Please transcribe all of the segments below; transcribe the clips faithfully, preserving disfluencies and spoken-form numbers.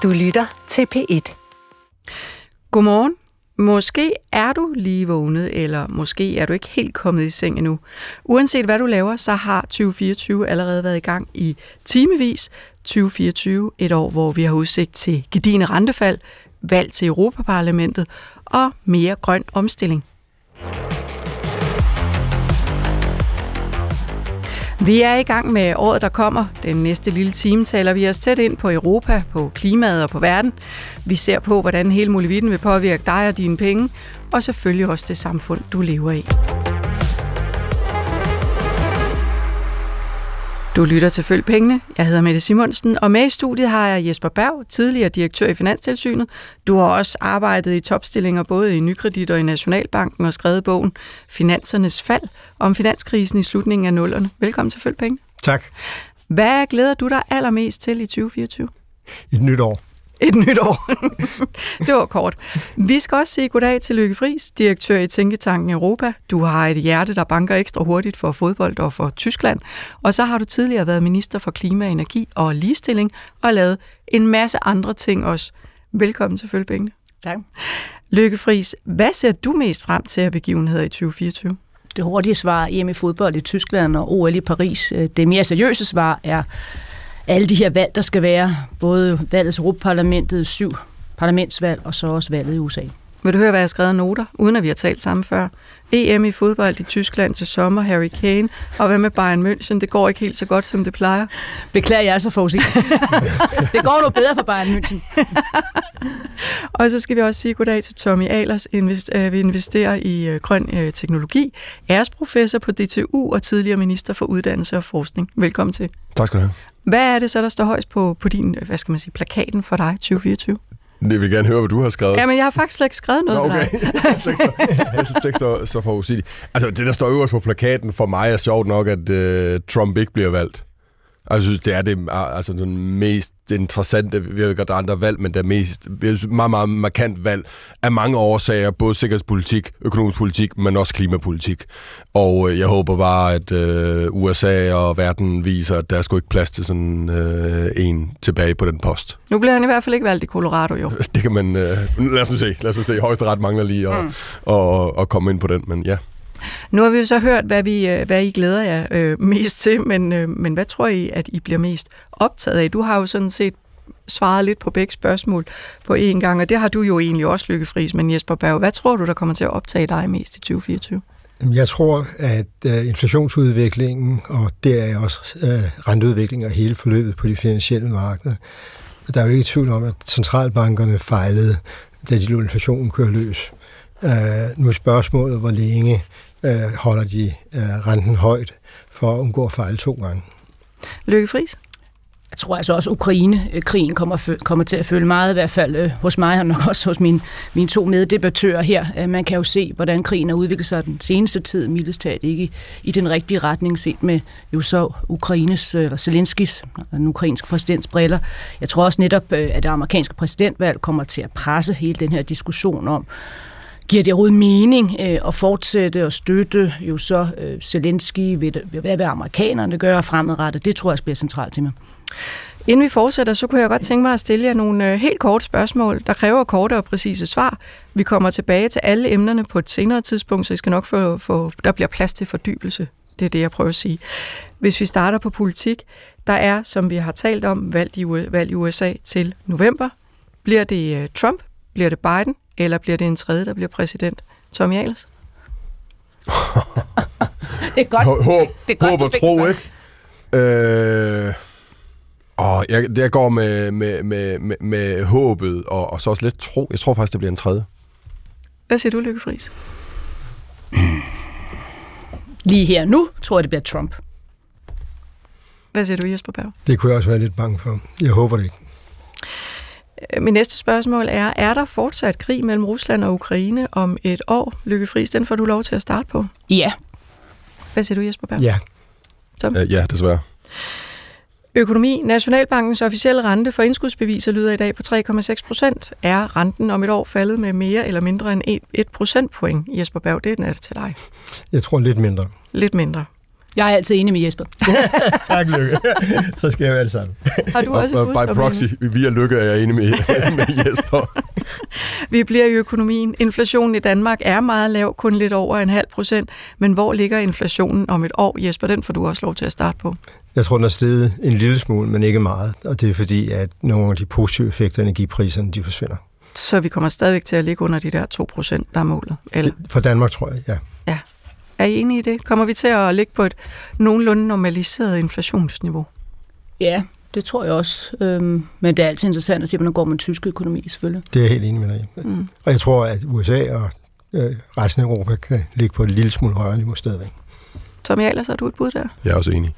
Du lytter til P et. Godmorgen. Måske er du lige vågnet, eller måske er du ikke helt kommet i seng endnu. Uanset hvad du laver, så har tyve fireogtyve allerede været i gang i timevis. tyve fireogtyve, et år, hvor vi har udsigt til gedigne rentefald, valg til Europaparlamentet og mere grøn omstilling. Vi er i gang med året, der kommer. Den næste lille time taler vi os tæt ind på Europa, på klimaet og på verden. Vi ser på, hvordan hele muligheden vil påvirke dig og dine penge, og selvfølgelig også det samfund, du lever i. Du lytter til Følg Pengene. Jeg hedder Mette Simonsen, og med i studiet har jeg Jesper Berg, tidligere direktør i Finanstilsynet. Du har også arbejdet i topstillinger både i Nykredit og i Nationalbanken og skrevet bogen Finansernes fald om finanskrisen i slutningen af nullerne. Velkommen til Følg Pengene. Tak. Hvad glæder du dig allermest til i tyve fireogtyve? Et nyt år. Et nyt år. Det var kort. Vi skal også sige goddag til Lykke Friis, direktør i Tænketanken Europa. Du har et hjerte, der banker ekstra hurtigt for fodbold og for Tyskland. Og så har du tidligere været minister for klima, energi og ligestilling og lavet en masse andre ting også. Velkommen til Følg Pengene. Tak. Lykke Friis, hvad ser du mest frem til af begivenheder i tyve fireogtyve? Det hurtige svar E M i fodbold i Tyskland og O L i Paris. Det mere seriøse svar er alle de her valg, der skal være, både valget til Europaparlamentet, syv parlamentsvalg, og så også valget i U S A. Vil du høre, hvad jeg har skrevet noter, uden at vi har talt sammen før? E M i fodbold i Tyskland til sommer, Harry Kane, og hvad med Bayern München? Det går ikke helt så godt, som det plejer. Beklager jeg så forudsigeligt. Det går nu bedre for Bayern München. Og så skal vi også sige goddag til Tommy Ahlers. Vi investerer i grøn teknologi, æresprofessor på D T U og tidligere minister for uddannelse og forskning. Velkommen til. Tak skal du have. Hvad er det så, der står højst på, på din, hvad skal man sige, plakaten for dig tyve fireogtyve? Jeg vil gerne høre, hvad du har skrevet. Jamen, jeg har faktisk slet ikke skrevet noget. Nå, okay. Jeg synes ikke så, så forudsigeligt. Altså, det, der står øverst på plakaten for mig, er sjovt nok, at uh, Trump ikke bliver valgt. Altså, jeg synes, det er det altså, den mest interessante, vi har godt andre valg, men det er mest meget, meget markant valg af mange årsager, både sikkerhedspolitik, økonomisk politik, men også klimapolitik. Og øh, jeg håber bare, at øh, U S A og verden viser, at der er sgu ikke plads til sådan øh, en tilbage på den post. Nu bliver han i hvert fald ikke valgt i Colorado, jo. Det kan man... Øh, lad os nu se. Lad os nu se. Højesteret mangler lige at, mm. at, at, at komme ind på den, men ja. Nu har vi jo så hørt, hvad, vi, hvad I glæder jer øh, mest til, men, øh, men hvad tror I, at I bliver mest optaget af? Du har jo sådan set svaret lidt på begge spørgsmål på én gang, og det har du jo egentlig også, Lykke Friis, men Jesper Berg, hvad tror du, der kommer til at optage dig mest i tyve fireogtyve? Jeg tror, at uh, inflationsudviklingen, og der er også uh, renteudviklingen og hele forløbet på de finansielle markeder, der er jo ikke tvivl om, at centralbankerne fejlede, da de lod inflationen køre løs. Uh, nu er spørgsmålet, hvor længe uh, holder de uh, renten højt for at undgå at fejle to gange. Lykke Friis? Jeg tror altså også, at Ukraine-krigen kommer, kommer til at følge meget, i hvert fald øh, hos mig, og nok også hos mine, mine to meddebattører her. Øh, man kan jo se, hvordan krigen har udviklet sig den seneste tid, mildest talt ikke i, i den rigtige retning, set med jo så Ukraines, eller Zelenskis, den ukrainske præsidents briller. Jeg tror også netop, øh, at det amerikanske præsidentvalg kommer til at presse hele den her diskussion om, giver det overhovedet mening øh, at fortsætte og støtte jo så øh, Zelensky, ved, ved hvad vil amerikanerne gøre fremadrettet? Det tror jeg bliver centralt til mig. Inden vi fortsætter, så kunne jeg godt tænke mig at stille jer nogle helt korte spørgsmål, der kræver korte og præcise svar. Vi kommer tilbage til alle emnerne på et senere tidspunkt, så I skal nok få, få der bliver plads til fordybelse. Det er det, jeg prøver at sige. Hvis vi starter på politik, der er, som vi har talt om, valg i, valg i U S A til november. Bliver det Trump? Bliver det Biden? Eller bliver det en tredje, der bliver præsident? Tommy Ahlers? Det er godt. Håb, det er godt, håb og tro, ikke? Øh... Og jeg, jeg går med, med, med, med, med håbet, og, og så også lidt tro. Jeg tror faktisk, det bliver en tredje. Hvad siger du, Lykke Friis? Lige her nu tror jeg, det bliver Trump. Hvad siger du, Jesper Berg? Det kunne jeg også være lidt bange for. Jeg håber det ikke. Min næste spørgsmål er, er der fortsat krig mellem Rusland og Ukraine om et år? Lykke Friis, den får du lov til at starte på. Ja. Hvad siger du, Jesper Berg? Ja. Tom? Ja, desværre. Økonomi. Nationalbankens officielle rente for indskudsbeviser lyder i dag på tre komma seks procent. Er renten om et år faldet med mere eller mindre end et procentpoint? Jesper Berg, det er den er det til dig. Jeg tror lidt mindre. Lidt mindre. Jeg er altid enig med Jesper. Tak, Lykke. Så skal jeg jo alt sammen. Har du også og, og by proxy, via Lykke er jeg enig med, med Jesper. Vi bliver i økonomien. Inflationen i Danmark er meget lav, kun lidt over en halv procent. Men hvor ligger inflationen om et år, Jesper? Den får du også lov til at starte på. Jeg tror, den er steget en lille smule, men ikke meget. Og det er fordi, at nogle af de positive effekter af energipriserne, de forsvinder. Så vi kommer stadigvæk til at ligge under de der to procent, der er målet? Eller? For Danmark, tror jeg, ja. Ja. Er I enige i det? Kommer vi til at ligge på et nogenlunde normaliseret inflationsniveau? Ja, det tror jeg også. Øhm, men det er altid interessant at se, hvordan går med den tyske økonomi, selvfølgelig. Det er jeg helt enig med dig i. Mm. Og jeg tror, at U S A og øh, resten af Europa kan ligge på et lille smule højere niveau stadigvæk. Tommy Ahlers, har du et bud der? Jeg er også enig.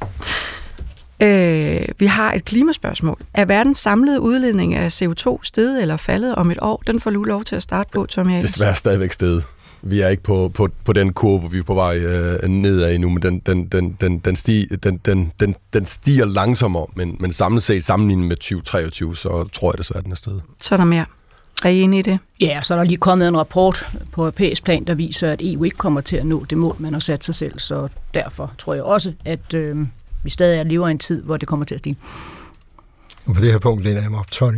Øh, vi har et klimaspørgsmål. Er verdens samlede udledning af C O to steget eller faldet om et år? Den får du lov til at starte på, Tommy Ahlers. Desværre stadigvæk steget. Vi er ikke på, på, på den kurve, hvor vi er på vej øh, nedad endnu, men den, den, den, den, den, stiger, den, den, den, den stiger langsommere, men, men samlet set sammenlignet med tyve treogtyve, så tror jeg desværre, den er steget. Så er der mere. Er I enige i det? Ja, så er der lige kommet en rapport på europæisk plan, der viser, at E U ikke kommer til at nå det mål, man har sat sig selv, så derfor tror jeg også, at øh, vi stadig lever i en tid, hvor det kommer til at stige. Og på det her punkt læner jeg mig op, Tony.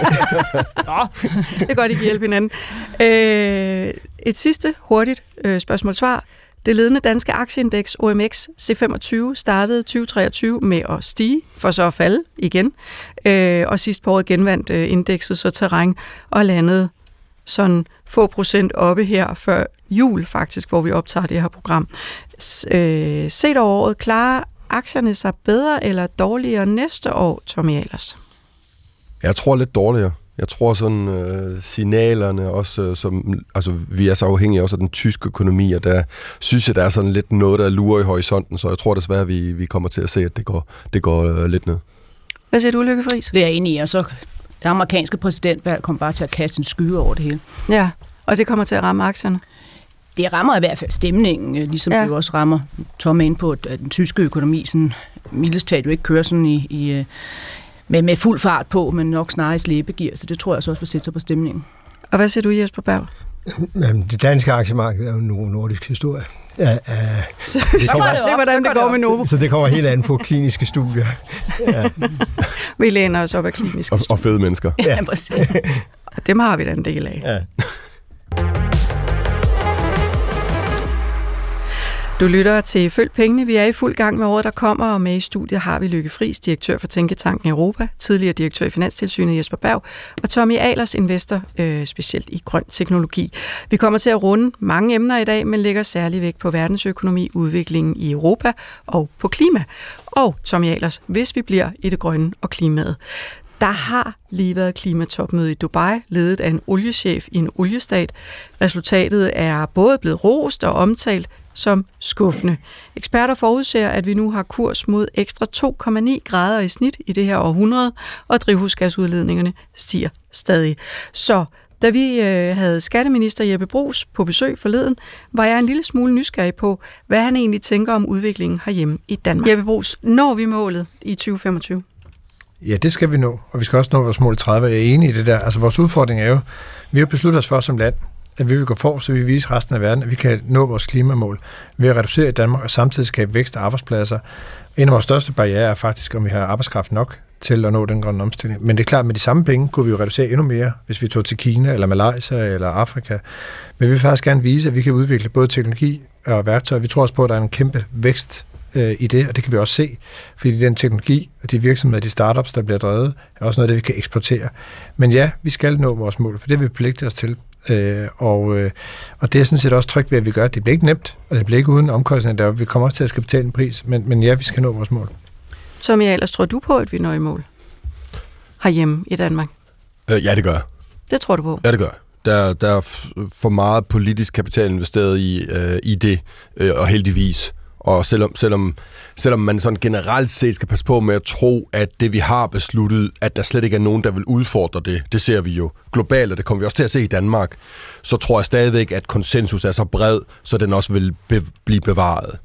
Det er godt, I kan hjælpe hinanden. Øh, et sidste hurtigt øh, spørgsmål-svar. Det ledende danske aktieindeks O M X C femogtyve startede tyve treogtyve med at stige, for så at falde igen. Øh, og sidst på året genvandt øh, indekset så terræn og landede sådan få procent oppe her før jul faktisk, hvor vi optager det her program. S- øh, set over året, klarer aktierne sig bedre eller dårligere næste år, Tommy Ahlers? Jeg tror lidt dårligere. Jeg tror sådan øh, signalerne også, øh, som, altså vi er så afhængige også af den tyske økonomi, og der synes jeg, der er sådan lidt noget, der lurer i horisonten, så jeg tror desværre, at vi, vi kommer til at se, at det går, det går øh, lidt ned. Hvad siger du, Lykke Friis? Det er jeg enig i, og så det amerikanske præsidentvalg kommer bare til at kaste en skygge over det hele. Ja, og det kommer til at ramme aktierne? Det rammer i hvert fald stemningen, ligesom ja. Det jo også rammer Tom ind på, at den tyske økonomi sådan mildest talt jo ikke kører sådan i, i med, med fuld fart på, men nok snarere i slæbegear, så det tror jeg også vil sætte sig på stemningen. Og hvad siger du, Jesper Berg? Det danske aktiemarked er jo en nordisk historie. Ja, uh, så vi kommer se, hvordan det, det går med Novo. Så det kommer helt an på kliniske studier. Ja. Vi læner os op af kliniske og, studier. Og fede mennesker. Ja, præcis. Og dem har vi da en del af. Ja. Du lytter til Følg Pengene. Vi er i fuld gang med året, der kommer, og med i studiet har vi Lykke Friis, direktør for Tænketanken Europa, tidligere direktør i Finanstilsynet Jesper Berg, og Tommy Ahlers, investor øh, specielt i grøn teknologi. Vi kommer til at runde mange emner i dag, men lægger særlig vægt på verdensøkonomi, udviklingen i Europa og på klima. Og Tommy Ahlers, hvis vi bliver i det grønne og klimaet. Der har lige været klimatopmøde i Dubai, ledet af en oliechef i en oliestat. Resultatet er både blevet rost og omtalt som skuffende. Eksperter forudser, at vi nu har kurs mod ekstra to komma ni grader i snit i det her århundrede, og drivhusgasudledningerne stiger stadig. Så da vi øh, havde skatteminister Jeppe Bruus på besøg forleden, var jeg en lille smule nysgerrig på, hvad han egentlig tænker om udviklingen herhjemme i Danmark. Jeppe Bruus, når vi målet i tyve femogtyve? Ja, det skal vi nå, og vi skal også nå vores mål i tredive. Jeg er enig i det der. Altså, vores udfordring er jo, vi har besluttet os for som land, at vi vil gå for, så vi vil vise resten af verden, at vi kan nå vores klimamål ved at reducere i Danmark og samtidig skabe vækst og arbejdspladser. En af vores største barrierer er faktisk, om vi har arbejdskraft nok til at nå den grønne omstilling. Men det er klart, at med de samme penge kunne vi jo reducere endnu mere, hvis vi tog til Kina, eller Malaysia, eller Afrika. Men vi vil faktisk gerne vise, at vi kan udvikle både teknologi og værktøjer. Vi tror også på, at der er en kæmpe vækst i det, og det kan vi også se, fordi den teknologi og de virksomheder, de startups, der bliver drevet, er også noget, det vi kan eksportere. Men ja, vi skal nå vores mål, for det vil vi pligte os til. Øh, og, øh, og det er sådan set også trygt ved, at vi gør. Det bliver ikke nemt, og det bliver ikke uden omkostninger der. Vi kommer også til at skal betale en pris, men, men ja, vi skal nå vores mål. Tommy Ahlers, tror du på, at vi når i mål herhjemme i Danmark? Øh, ja, det gør jeg. Det tror du på? Ja, det gør jeg. Der, der er for meget politisk kapital investeret i, øh, i det, øh, og heldigvis. Og selvom, selvom, selvom man sådan generelt set skal passe på med at tro, at det vi har besluttet, at der slet ikke er nogen, der vil udfordre det, det ser vi jo globalt, og det kommer vi også til at se i Danmark, så tror jeg stadigvæk, at konsensus er så bred, så den også vil be- blive bevaret.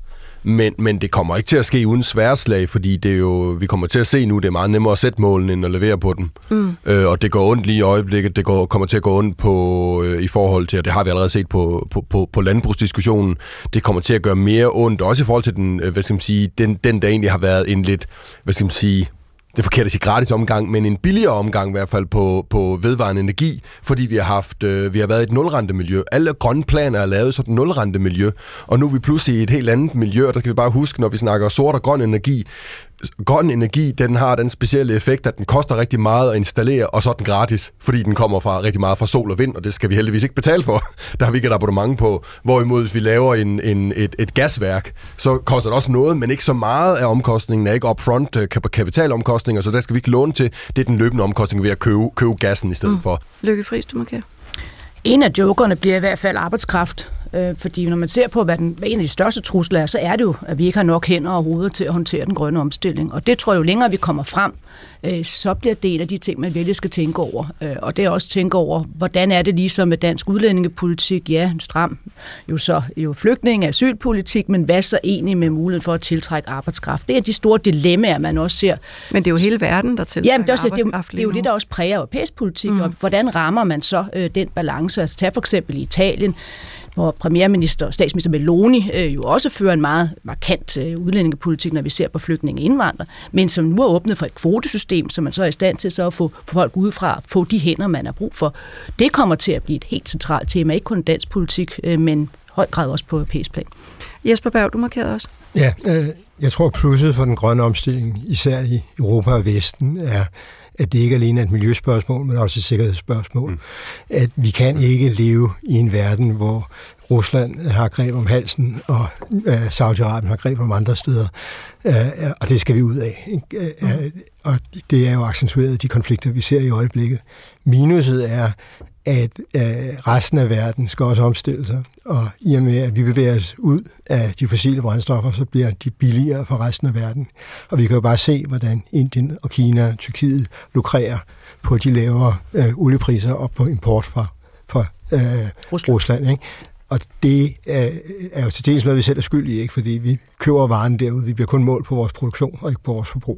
Men, men det kommer ikke til at ske uden sværslag, fordi det er jo, vi kommer til at se nu, det er meget nemmere at sætte målene, end at levere på dem. Mm. Øh, og det går ondt lige i øjeblikket, det går, kommer til at gå ondt på, øh, i forhold til, og det har vi allerede set på, på, på, på landbrugsdiskussionen, det kommer til at gøre mere ondt, også i forhold til den, øh, hvad skal man sige, den, den der egentlig har været en lidt, hvad skal man sige, det er forkert at sige gratis omgang, men en billigere omgang i hvert fald på, på vedvarende energi, fordi vi har haft, øh, vi har været i et nulrentemiljø. Alle grønne planer er lavet sådan et nulrentemiljø, og nu er vi pludselig i et helt andet miljø, og der skal vi bare huske, når vi snakker sort og grøn energi, grøn energi, den har den specielle effekt, at den koster rigtig meget at installere, og så er den gratis, fordi den kommer fra rigtig meget fra sol og vind, og det skal vi heldigvis ikke betale for. Der har vi ikke et abonnement på. Hvorimod, hvis vi laver en, en, et, et gasværk, så koster det også noget, men ikke så meget af omkostningen, er ikke upfront kapitalomkostninger, så der skal vi ikke låne til. Det er den løbende omkostning ved at købe, købe gassen i stedet mm. for. Lykke Friis, du markerer. En af jokerne bliver i hvert fald arbejdskraft. Øh, fordi når man ser på, hvad, den, hvad en af de største trusler er, så er det jo, at vi ikke har nok hænder og hoveder til at håndtere den grønne omstilling. Og det tror jeg, jo længere vi kommer frem, øh, så bliver det en af de ting, man virkelig skal tænke over. Øh, og det er også tænke over, hvordan er det ligesom med dansk udlændingepolitik? Ja, en stram jo så jo flygtninge- og asylpolitik, men hvad så egentlig med muligheden for at tiltrække arbejdskraft? Det er de store dilemmaer, man også ser. Men det er jo hele verden, der tiltrækker Jamen, det er også, arbejdskraft. Det, det er jo det, der også præger europæisk politik, mm. og hvordan rammer man så øh, den balance? Altså, tag for eksempel i Italien, hvor premierminister og statsminister Meloni øh, jo også fører en meget markant øh, udlændingepolitik, når vi ser på flygtninge og indvandrere, men som nu er åbnet for et kvotesystem, så man så er i stand til så at få, få folk udefra, få de hænder, man har brug for. Det kommer til at blive et helt centralt tema, ikke kun dansk politik, øh, men høj grad også på europæisk plan. Jesper Berg, du markerede også. Ja, øh, jeg tror plusset for den grønne omstilling, især i Europa og Vesten, er, at det ikke alene er et miljøspørgsmål, men også et sikkerhedsspørgsmål. Mm. At vi kan ikke leve i en verden, hvor Rusland har greb om halsen, og øh, Saudi-Arabien har greb om andre steder. Øh, og det skal vi ud af. Mm. Øh, og det er jo accentueret de konflikter, vi ser i øjeblikket. Minuset er, at øh, resten af verden skal også omstille sig, og i og med, at vi bevæger os ud af de fossile brændstoffer, så bliver de billigere for resten af verden. Og vi kan jo bare se, hvordan Indien og Kina og Tyrkiet lukrerer på de lavere øh, oliepriser og på import fra, fra øh, Rusland. Rusland, ikke? Og det er, er jo til dels noget, vi selv er skyld i, ikke? Fordi vi køber varen derude. Vi bliver kun målt på vores produktion og ikke på vores forbrug.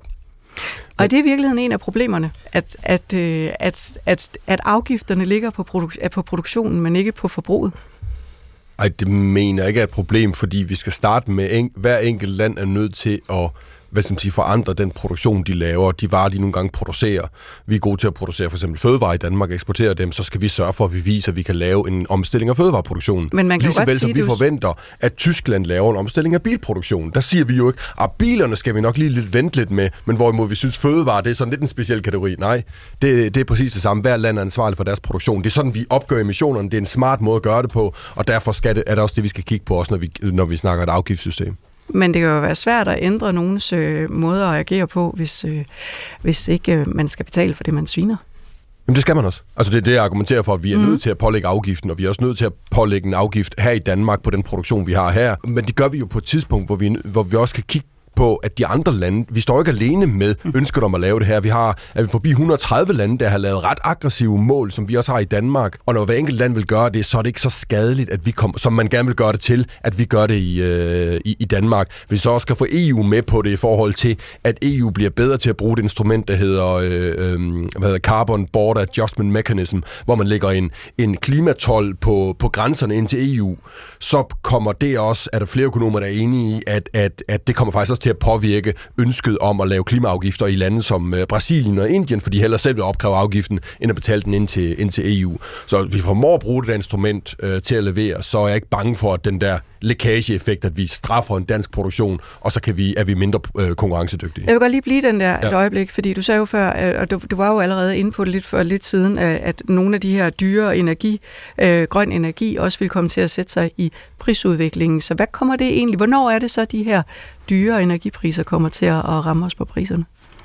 Og det er i virkeligheden en af problemerne, at, at, at, at, at afgifterne ligger på, produk- på produktionen, men ikke på forbruget. Ej, det mener jeg ikke er et problem, fordi vi skal starte med, en, hver enkelt land er nødt til at hvad skal man sige, forandre den produktion, de laver, de varer, de nogle gange producerer. Vi er gode til at producere for eksempel fødevarer i Danmark, eksportere dem, så skal vi sørge for, at vi viser, at vi kan lave en omstilling af fødevareproduktionen. Men man kan Ligeså godt vel, som sige, vi du... forventer, at Tyskland laver en omstilling af bilproduktionen. Der siger vi jo ikke, at bilerne skal vi nok lige lidt vente lidt med, men hvorimod vi synes, fødevarer, det er sådan lidt en speciel kategori. Nej, det, det er præcis det samme. Hver land er ansvarlig for deres produktion. Det er sådan, vi opgør emissionerne. Det er en smart måde at gøre det på, og derfor skal det, er det også det, vi skal kigge på, også når vi, når vi snakker et afgiftssystem. Men det kan jo være svært at ændre nogens øh, måde at agere på, hvis, øh, hvis ikke øh, man skal betale for det, man sviner. Jamen det skal man også. Altså det er det, jeg argumenterer for, at vi er mm. nødt til at pålægge afgiften, og vi er også nødt til at pålægge en afgift her i Danmark på den produktion, vi har her. Men det gør vi jo på et tidspunkt, hvor vi, hvor vi også kan kigge på, at de andre lande, vi står ikke alene med ønsket om at lave det her. Vi har, er vi forbi et hundrede og tredive lande, der har lavet ret aggressive mål, som vi også har i Danmark. Og når hver enkelt land vil gøre det, så er det ikke så skadeligt, at vi kom, som man gerne vil gøre det til, at vi gør det i, øh, i, i Danmark. Vi så også skal få E U med på det i forhold til, at E U bliver bedre til at bruge det instrument, der hedder, øh, øh, hvad hedder Carbon Border Adjustment Mechanism, hvor man lægger en, en klimatold på, på grænserne ind til E U. Så kommer det også, at der flere økonomer, der er enige i, at, at, at det kommer faktisk også til at påvirke ønsket om at lave klimaafgifter i lande som Brasilien og Indien, for de hellere selv vil opkræve afgiften, end at betale den ind til, ind til E U. Så vi formår at bruge det der instrument øh, til at levere, så er jeg ikke bange for, at den der lækageeffekt, at vi straffer en dansk produktion, og så kan vi, er vi mindre øh, konkurrencedygtige. Jeg vil godt lige blive den der ja. et øjeblik, fordi du sagde jo før, og du, du var jo allerede inde på det lidt for lidt siden, at nogle af de her dyre energi, øh, grøn energi, også vil komme til at sætte sig i prisudviklingen. Så hvad kommer det egentlig? Hvornår er det så, de her dyre energipriser kommer til at ramme os på priserne?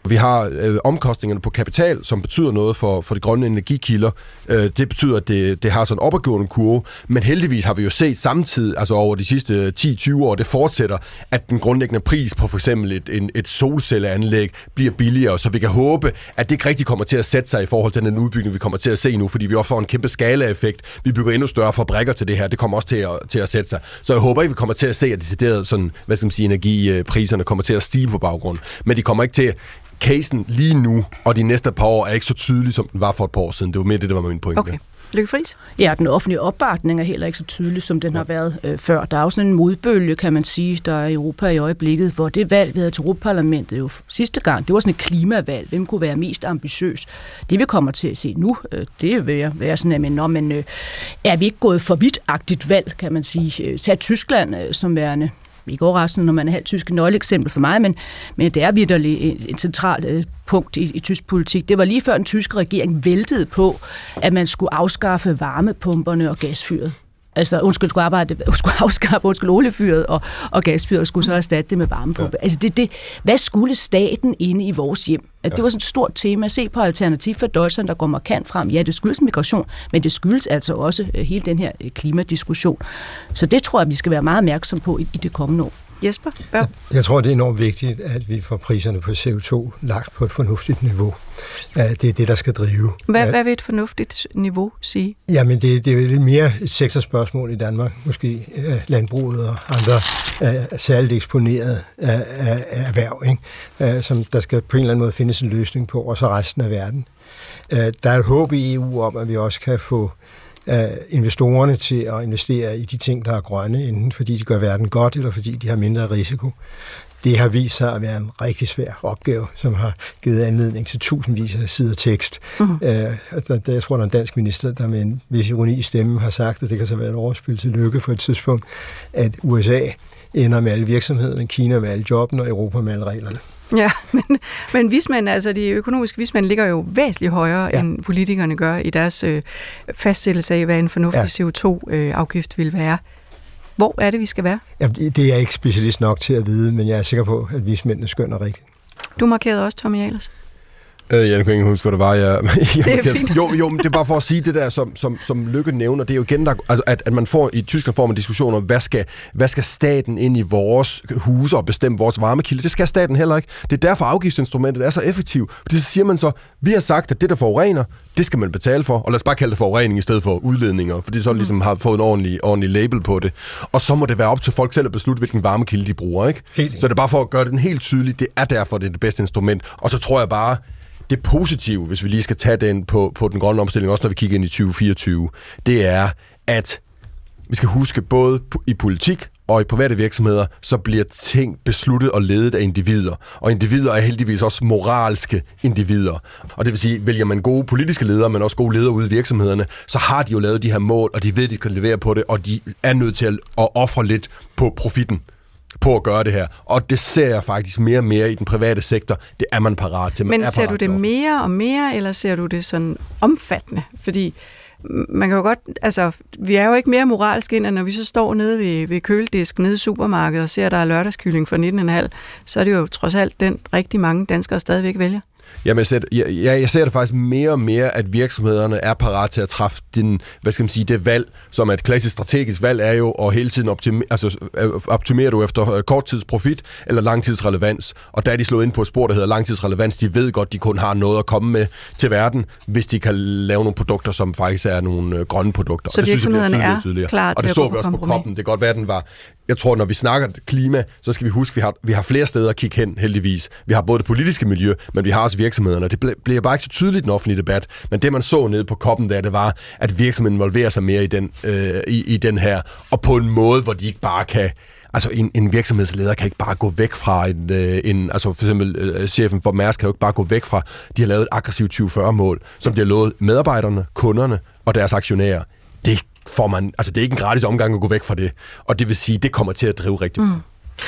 Vi har øh, omkostningerne på kapital, som betyder noget for, for de grønne energikilder. Øh, det betyder, at det, det har sådan en opadgående kurve, men heldigvis har vi jo set samtidig, altså over de sidste ti til tyve år, det fortsætter, at den grundlæggende pris på for eksempel et, en, et solcelleanlæg bliver billigere, så vi kan håbe, at det ikke rigtig kommer til at sætte sig i forhold til den udbygning, vi kommer til at se nu, fordi vi også får en kæmpe skalaeffekt. Vi bygger endnu større fabrikker til det her, det kommer også til at, til at sætte sig. Så jeg håber ikke, vi kommer til at se, at decideret sådan, hvad skal man sige, energipriserne kommer til at stige på baggrund, men de kommer ikke til. Casen lige nu og de næste par år er ikke så tydelig, som den var for et par år siden. Det var mere det, der var min pointe. Okay. Lykke Friis? Ja, den offentlige opbakning er heller ikke så tydelig, som den har været øh, før. Der er også sådan en modbølge, kan man sige, der er i Europa i øjeblikket, hvor det valg, vi havde til Europaparlamentet jo sidste gang, det var sådan et klimavalg. Hvem kunne være mest ambitiøs? Det vi kommer til at se nu, øh, det vil være sådan, at men, når man, øh, er vi ikke gået for vidtagtigt valg, kan man sige. Tag Tyskland øh, som værende ikke overraskende, når man er halvt tysk, nøgleeksempel for mig, men, men det er virkelig et, et centralt øh, punkt i, i tysk politik. Det var lige før den tyske regering væltede på, at man skulle afskaffe varmepumperne og gasfyret. Altså, undskyld, skulle, arbejde, skulle afskaffe undskyld, oliefyret og, og gasfyret, og skulle så erstatte det med varmepumpe. Ja. Altså, det, det, hvad skulle staten inde i vores hjem? At ja. Det var sådan et stort tema. Se på Alternativ for Deutschland, der går markant frem. Ja, det skyldes migration, men det skyldes altså også hele den her klimadiskussion. Så det tror jeg, vi skal være meget opmærksom på i, i det kommende år. Jesper? Jeg, jeg tror, det er enormt vigtigt, at vi får priserne på C O to lagt på et fornuftigt niveau. Det er det, der skal drive. Hvad, hvad vil et fornuftigt niveau sige? Jamen, det, det er lidt mere et sektorspørgsmål i Danmark. Måske landbruget og andre uh, særligt eksponerede uh, erhverv, ikke? Uh, som der skal på en eller anden måde findes en løsning på, og så resten af verden. Uh, der er et håb i E U om, at vi også kan få uh, investorerne til at investere i de ting, der er grønne, enten fordi de gør verden godt, eller fordi de har mindre risiko. Det har vist sig at være en rigtig svær opgave, som har givet anledning til tusindvis af sider tekst. Mm-hmm. Uh, der, der, jeg tror, der er en dansk minister, der med en vis ironi i stemmen har sagt, at det kan så være et overspil til lykke for et tidspunkt, at U S A ender med alle virksomhederne, Kina med alle jobbene og Europa med alle reglerne. Ja, men, men vismænd, altså de økonomiske vismænd ligger jo væsentligt højere, ja. End politikerne gør i deres øh, fastsættelse af, hvad en fornuftig ja. C O to afgift vil være. Hvor er det, vi skal være? Ja, det er jeg ikke specialist nok til at vide, men jeg er sikker på, at vismændene skønner rigtigt. Du markerede også Tommy Ahlers. Øh, jeg kan ikke huske, hvad det var. Jeg, jeg det er fint. Jo, jo, men det er bare for at sige det der, som, som, som Lykke nævner. Det er jo igen, der, altså, at, at man får i Tyskland får man diskussion om, hvad skal, hvad skal staten ind i vores huse og bestemme vores varmekilde. Det skal staten heller ikke. Det er derfor afgiftsinstrumentet er så effektivt. Fordi så siger man så, vi har sagt, at det, der forurener, det skal man betale for. Og lad os bare kalde det forurening i stedet for udledninger, fordi så ligesom har fået en ordentlig, ordentlig label på det. Og så må det være op til folk selv at beslutte, hvilken varmekilde de bruger, ikke? Helt. Så det er bare for at gøre det helt tydeligt. Det er derfor, det er det bedste instrument. Og så tror jeg bare, det positive, hvis vi lige skal tage den på, på den grønne omstilling, også når vi kigger ind i tyve fireogtyve, det er, at vi skal huske, både i politik og i private virksomheder, så bliver ting besluttet og ledet af individer. Og individer er heldigvis også moralske individer. Og det vil sige, vælger man gode politiske ledere, men også gode ledere ude i virksomhederne, så har de jo lavet de her mål, og de ved, at de kan levere på det, og de er nødt til at ofre lidt på profitten på at gøre det her. Og det ser jeg faktisk mere og mere i den private sektor. Det er man parat til. Man Men ser du det mere og mere, eller ser du det sådan omfattende? Fordi man kan jo godt, altså, vi er jo ikke mere moralske end, at når vi så står nede ved, ved køledisken nede i supermarkedet og ser, at der er lørdagskylling for nitten komma fem, så er det jo trods alt den rigtig mange danskere stadigvæk vælger. Jamen, jeg ser, jeg, jeg ser det faktisk mere og mere, at virksomhederne er parat til at træffe din, hvad skal man sige, det valg, som er et klassisk strategisk valg, er jo at hele tiden optimere, altså, optimerer du efter korttidsprofit eller langtidsrelevans. Og der er de slået ind på et spor, der hedder langtidsrelevans. De ved godt, de kun har noget at komme med til verden, hvis de kan lave nogle produkter, som faktisk er nogle grønne produkter. Så og det virksomhederne synes jeg, er tydeligere. klar til og det at så gå vi på også på kompromis. koppen. Det kan godt være, den var. Jeg tror, når vi snakker klima, så skal vi huske, at vi har, vi har flere steder at kigge hen, heldigvis. Vi har både det politiske miljø, men vi har også virksomhederne. Det bliver bare ikke så tydeligt i den offentlige debat, men det, man så nede på koppen der, det var, at virksomheden involverer sig mere i den, øh, i, i den her, og på en måde, hvor de ikke bare kan. Altså, en, en virksomhedsleder kan ikke bare gå væk fra en, øh, en altså for eksempel øh, chefen for Mærsk kan jo ikke bare gå væk fra, de har lavet et aggressivt tyve fyrre-mål, som de har lovet medarbejderne, kunderne og deres aktionærer. Det får man, altså det er ikke en gratis omgang at gå væk fra det, og det vil sige, det kommer til at drive rigtig. Mm.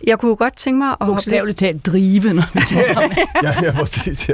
Jeg kunne godt tænke mig at bogstaveligt talt drive, når vi taler om ja, ja, præcis, ja.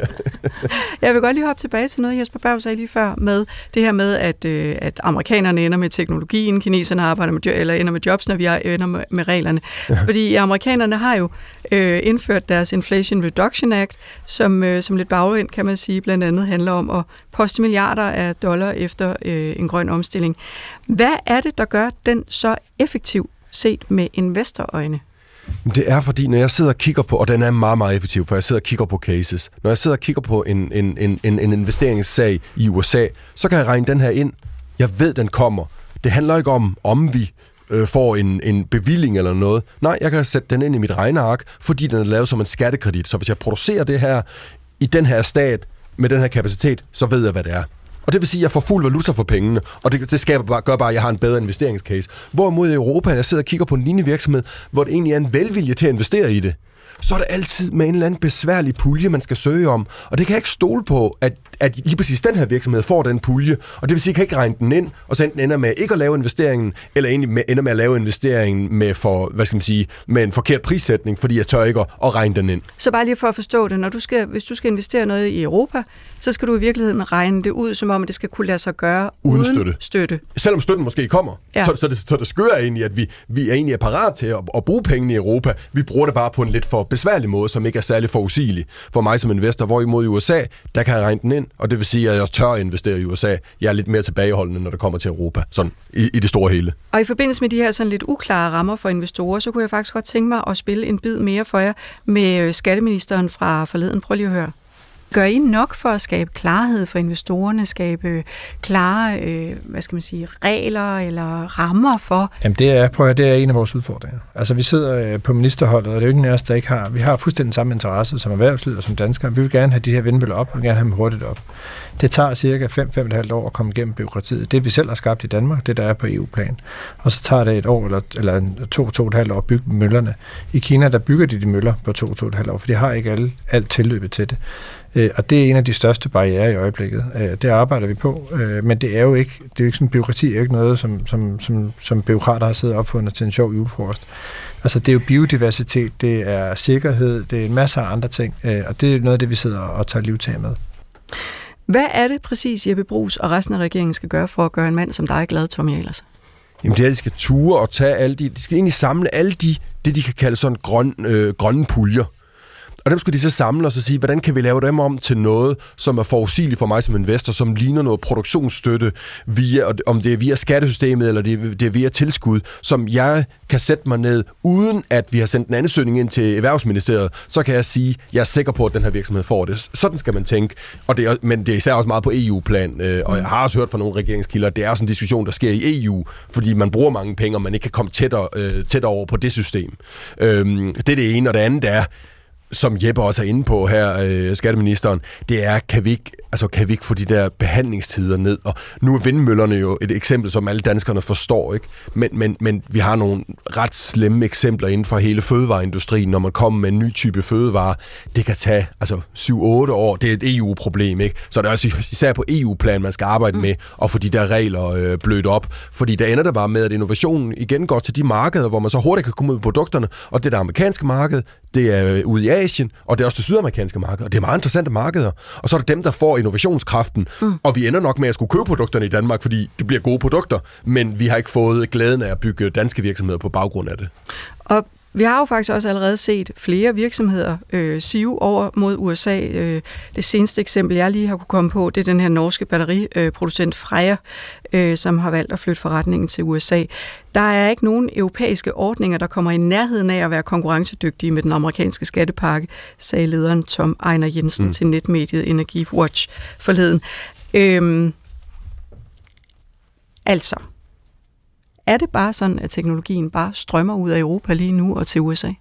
Jeg vil godt lige hoppe tilbage til noget, Jesper Berg sagde lige før, med det her med, at, øh, at amerikanerne ender med teknologien, kineserne arbejder med, eller ender med jobs, når vi ender med, med reglerne. Ja. Fordi amerikanerne har jo øh, indført deres Inflation Reduction Act, som, øh, som lidt bagvendt, kan man sige, blandt andet handler om at poste milliarder af dollar efter øh, en grøn omstilling. Hvad er det, der gør den så effektiv set med investorøjne? Det er fordi, når jeg sidder og kigger på, og den er meget, meget effektiv, for jeg sidder og kigger på cases. Når jeg sidder og kigger på en, en, en, en, en investeringssag i U S A, så kan jeg regne den her ind. Jeg ved, den kommer. Det handler ikke om, om vi øh, får en, en bevilling eller noget. Nej, jeg kan sætte den ind i mit regneark, fordi den er lavet som en skattekredit. Så hvis jeg producerer det her i den her stat, med den her kapacitet, så ved jeg, hvad det er. Og det vil sige, at jeg får fuld valuta for pengene, og det, det skaber bare, gør bare, at jeg har en bedre investeringscase. Hvorimod i Europa, når jeg sidder og kigger på en lignende virksomhed, hvor det egentlig er en velvilje til at investere i det, så er det altid med en eller anden besværlig pulje, man skal søge om. Og det kan jeg ikke stole på, at, at lige præcis den her virksomhed får den pulje. Og det vil sige, at jeg kan ikke regne den ind, og så enten ender med ikke at lave investeringen, eller egentlig ender med at lave investeringen med, for, hvad skal man sige, med en forkert prissætning, fordi jeg tør ikke at, at regne den ind. Så bare lige for at forstå det, når du skal, hvis du skal investere noget i Europa, så skal du i virkeligheden regne det ud, som om det skal kunne lade sig gøre uden, uden støtte. støtte. Selvom støtten måske kommer, ja. så, så, det, så det skører egentlig, at vi, vi er egentlig er parat til at, at bruge pengene i Europa. Vi bruger det bare på en lidt for besværlig måde, som ikke er særlig forudsigelig for mig som investor. Hvorimod i U S A, der kan jeg regne den ind, og det vil sige, at jeg tør investere i U S A. Jeg er lidt mere tilbageholdende, når det kommer til Europa, sådan i, i det store hele. Og i forbindelse med de her sådan lidt uklare rammer for investorer, så kunne jeg faktisk godt tænke mig at spille en bid mere for jer med skatteministeren fra forleden. Prøv lige at høre. Gør I nok for at skabe klarhed for investorerne, skabe klare, øh, hvad skal man sige, regler eller rammer for? Jamen det er, prøv at, det er en af vores udfordringer. Altså vi sidder på ministerholdet, og det er jo ikke en af os, der ikke har. Vi har fuldstændig samme interesse som erhvervslivet og som danskere. Vi vil gerne have de her vindmøller op, vi vil gerne have dem hurtigt op. Det tager cirka fem til fem komma fem år at komme igennem byråkratiet. Det vi selv har skabt i Danmark, det der er på E U-plan. Og så tager det et år eller, eller to, to og et halvt år at bygge møllerne. I Kina, der bygger de de møller på to, to og et halvt år, for de har ikke alle, alt tilløbet til det. Og det er en af de største barrierer i øjeblikket. Det arbejder vi på, men det er jo ikke, det er jo ikke sådan, byråkrati er jo ikke noget, som, som, som, som byråkrater har siddet opfundet til en sjov julefrokost. Altså det er jo biodiversitet, det er sikkerhed, det er en masse andre ting, og det er noget af det, vi sidder og tager livtag med. Hvad er det præcis, Jeppe Bruus og resten af regeringen skal gøre for at gøre en mand som dig glad, Tommy Ahlers? Jamen det er, at de skal ture og tage alle de, de skal egentlig samle alle de, det de kan kalde sådan grøn, øh, grønne puljer. Og dem skulle de så samle og så sige, hvordan kan vi lave dem om til noget, som er forudsigeligt for mig som investor, som ligner noget produktionsstøtte, via, om det er via skattesystemet, eller det er via tilskud, som jeg kan sætte mig ned, uden at vi har sendt en ansøgning ind til Erhvervsministeriet, så kan jeg sige, jeg er sikker på, at den her virksomhed får det. Sådan skal man tænke. Og det er, men det er især også meget på E U-plan, og jeg har også hørt fra nogle regeringskilder, at det er også en diskussion, der sker i E U, fordi man bruger mange penge, og man ikke kan komme tættere, tættere over på det system. Det er det ene, og det andet er, som Jeppe også er inde på her, øh, skatteministeren, det er, kan vi, ikke, altså, kan vi ikke få de der behandlingstider ned? Og nu er vindmøllerne jo et eksempel, som alle danskerne forstår, ikke? Men, men, men vi har nogle ret slemme eksempler inden for hele fødevareindustrien, når man kommer med en ny type fødevare. Det kan tage altså syv otte år. Det er et E U-problem, ikke? Så det er også især på E U-plan, man skal arbejde med at få de der regler øh, blødt op. Fordi der ender det bare med, at innovationen igen går til de markeder, hvor man så hurtigt kan komme ud på produkterne. Og det er det amerikanske marked, det er ude i Asien, og det er også det sydamerikanske marked, og det er meget interessante markeder. Og så er det dem, der får innovationskraften, mm. og vi ender nok med at skulle købe produkterne i Danmark, fordi det bliver gode produkter, men vi har ikke fået glæden af at bygge danske virksomheder på baggrund af det. Og vi har jo faktisk også allerede set flere virksomheder øh, sive over mod U S A. Øh, det seneste eksempel, jeg lige har kunne komme på, det er den her norske batteriproducent Freja, øh, som har valgt at flytte forretningen til U S A. Der er ikke nogen europæiske ordninger, der kommer i nærheden af at være konkurrencedygtige med den amerikanske skattepakke, sagde lederen Tom Ejner Jensen mm. til netmediet EnergiWatch forleden. Øh, altså... Er det bare sådan, at teknologien bare strømmer ud af Europa lige nu og til U S A?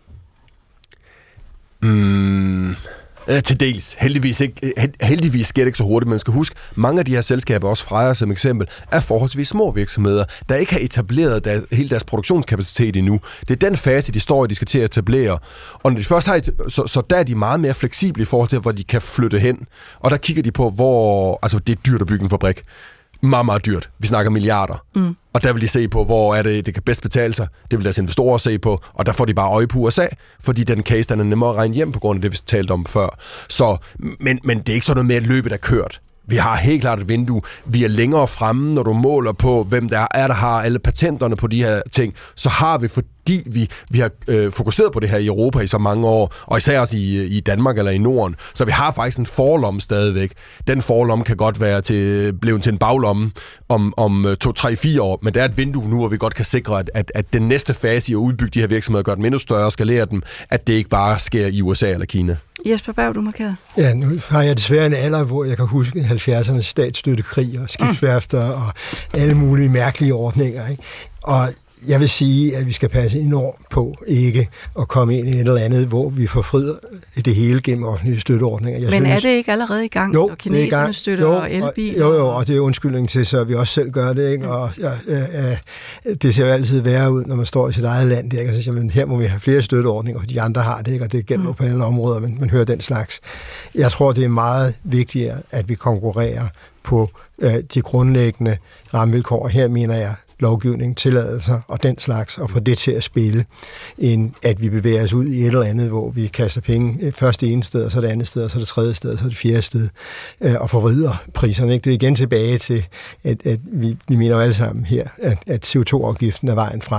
Mm, øh, til dels. Heldigvis, ikke, heldigvis sker det ikke så hurtigt, men man skal huske, mange af de her selskaber, også Freja som eksempel, er forholdsvis små virksomheder, der ikke har etableret der, hele deres produktionskapacitet endnu. Det er den fase, de står i, de skal til at etablere. Og når de først har, så, så der er de meget mere fleksible i forhold til, hvor de kan flytte hen. Og der kigger de på, hvor altså, det er dyrt at bygge en fabrik. meget, meget dyrt. Vi snakker milliarder. Mm. Og der vil de se på, hvor er det, det kan bedst betale sig. Det vil deres investorer se på, og der får de bare øje på U S A, fordi den case, den er nemmere at regne hjem på grund af det, vi talte om før. Så, men, men det er ikke sådan noget med, at løbet er kørt. Vi har helt klart et vindue. Vi er længere fremme, når du måler på, hvem der er, der har alle patenterne på de her ting. Så har vi, fordi vi, vi har øh, fokuseret på det her i Europa i så mange år, og især også i, i Danmark eller i Norden. Så vi har faktisk en forlomme stadigvæk. Den forlomme kan godt være til, blevet til en baglomme om, om to, tre, fire år, men der er et vindue nu, hvor vi godt kan sikre, at, at, at den næste fase i at udbygge de her virksomheder, gør dem endnu større og skalere dem, at det ikke bare sker i U S A eller Kina. Jesper Berg, du markeret. Ja, nu har jeg desværre en alder, hvor jeg kan huske halvfjerdsernes statsstøttekrig og skibsværfter mm. og alle mulige mærkelige ordninger. Ikke? Og jeg vil sige, at vi skal passe enormt på ikke at komme ind i et eller andet, hvor vi forfrider det hele gennem offentlige støtteordninger. Jeg Men synes, er det ikke allerede i gang, jo, når kineserne støtter jo, og elbiler? Jo, jo, og det er undskyldning til, så vi også selv gør det. Ikke? Og ja, øh, øh, det ser jo altid værre ud, når man står i sit eget land. Der, og så siger man, her må vi have flere støtteordninger, og de andre har det, ikke? Og det gælder jo mm. på alle områder, men man hører den slags. Jeg tror, det er meget vigtigere, at vi konkurrerer på øh, de grundlæggende rammevilkår. Og her mener jeg, lovgivning, tilladelser og den slags, og få det til at spille, end at vi bevæger os ud i et eller andet, hvor vi kaster penge først det ene sted, og så det andet sted, og så det tredje sted, og så det fjerde sted, og forvrider priserne. Ikke? Det er igen tilbage til, at, at vi, vi mener jo alle sammen her, at, at C O to afgiften er vejen frem,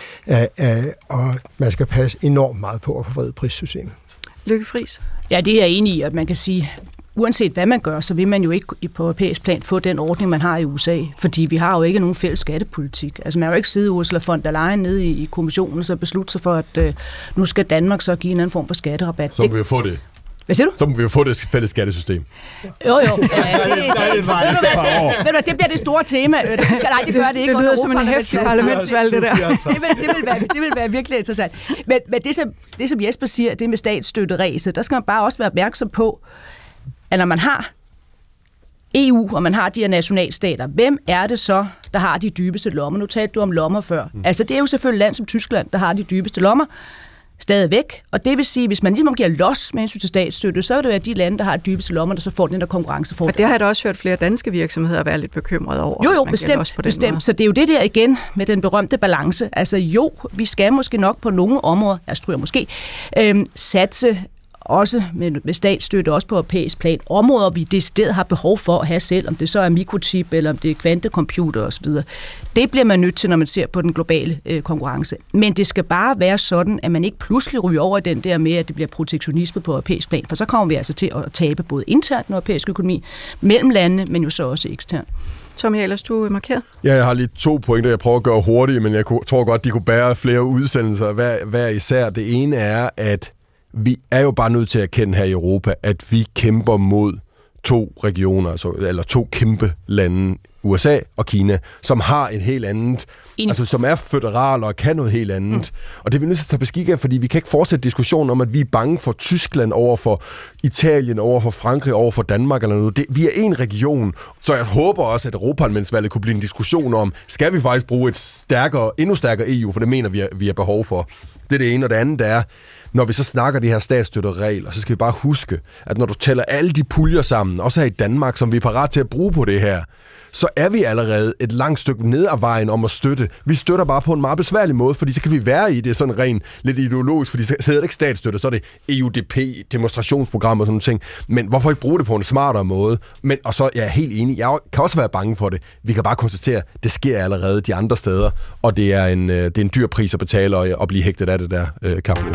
ikke? Og man skal passe enormt meget på at forvride prissystemet. Lykke Friis. Ja, det er jeg enig i, at man kan sige, uanset hvad man gør, så vil man jo ikke på europæisk plan få den ordning, man har i U S A, fordi vi har jo ikke nogen fælles skattepolitik. Altså man har jo ikke siddet Ursula von der Leyen nede i, i kommissionen, så beslutte sig for, at øh, nu skal Danmark så give en anden form for skatterabat. Så må vi jo få det. Hvad siger du? Så må vi jo få det fælles skattesystem. Jo, jo. Ja, det, det, det, det bliver det store tema. Nej, det gør det ikke. Det lyder som en hæftig parlamentsvalg, det der. det, vil, det, vil være, det vil være virkelig interessant. Men, men det, som, det, som Jesper siger, det med statsstøtteræset, der skal man bare også være opmærksom på, at når man har E U, og man har de her nationalstater, hvem er det så, der har de dybeste lommer? Nu talte du om lommer før. Mm. Altså, det er jo selvfølgelig land som Tyskland, der har de dybeste lommer stadigvæk. Og det vil sige, hvis man ligesom giver los med hensyn til statsstøtte, så vil det være de lande, der har de dybeste lommer, der så får den der konkurrencefordel. Og det har jeg da også hørt flere danske virksomheder være lidt bekymrede over. Jo, jo, bestemt. bestemt. Så det er jo det der igen med den berømte balance. Altså jo, vi skal måske nok på nogle områder, jeg tror måske, øhm, satse også med, med statsstøtte, også på europæisk plan, områder, vi decideret har behov for at have selv, om det så er mikrochip, eller om det er kvantecomputer osv. Det bliver man nødt til, når man ser på den globale øh, konkurrence. Men det skal bare være sådan, at man ikke pludselig ryger over den der med, at det bliver protektionisme på europæisk plan, for så kommer vi altså til at tabe både internt den europæiske økonomi, mellem landene, men jo så også eksternt. Tommy Ahlers, du er markeret. Ja, jeg har lige to pointer, jeg prøver at gøre hurtigt, men jeg tror godt, de kunne bære flere udsendelser. Hver, hver især. Det ene er, at vi er jo bare nødt til at erkende her i Europa, at vi kæmper mod to regioner, altså, eller to kæmpe lande, U S A og Kina, som har et helt andet, en... altså som er føderale og kan noget helt andet. Mm. Og det er vi nødt til at tage beskik af, fordi vi kan ikke fortsætte diskussionen om, at vi er bange for Tyskland over for Italien, over for Frankrig, over for Danmark eller noget. Det, vi er en region, så jeg håber også, at Europaparlamentsvalget kunne blive en diskussion om, skal vi faktisk bruge et stærkere, endnu stærkere E U, for det mener vi, vi har behov for. Det er det ene, og det andet er, når vi så snakker de her statsstøtteregler, så skal vi bare huske, at når du tæller alle de puljer sammen, også her i Danmark, som vi er parat til at bruge på det her, så er vi allerede et langt stykke ned ad vejen om at støtte. Vi støtter bare på en meget besværlig måde, fordi så kan vi være i det sådan rent lidt ideologisk, fordi så hedder det ikke statsstøtte, så er det E U D P, demonstrationsprogram og sådan noget ting. Men hvorfor ikke bruge det på en smartere måde? Men, og så jeg er helt enig, jeg kan også være bange for det. Vi kan bare konstatere, at det sker allerede de andre steder, og det er en, det er en dyr pris at betale og at blive hægtet af det der øh, kapløb.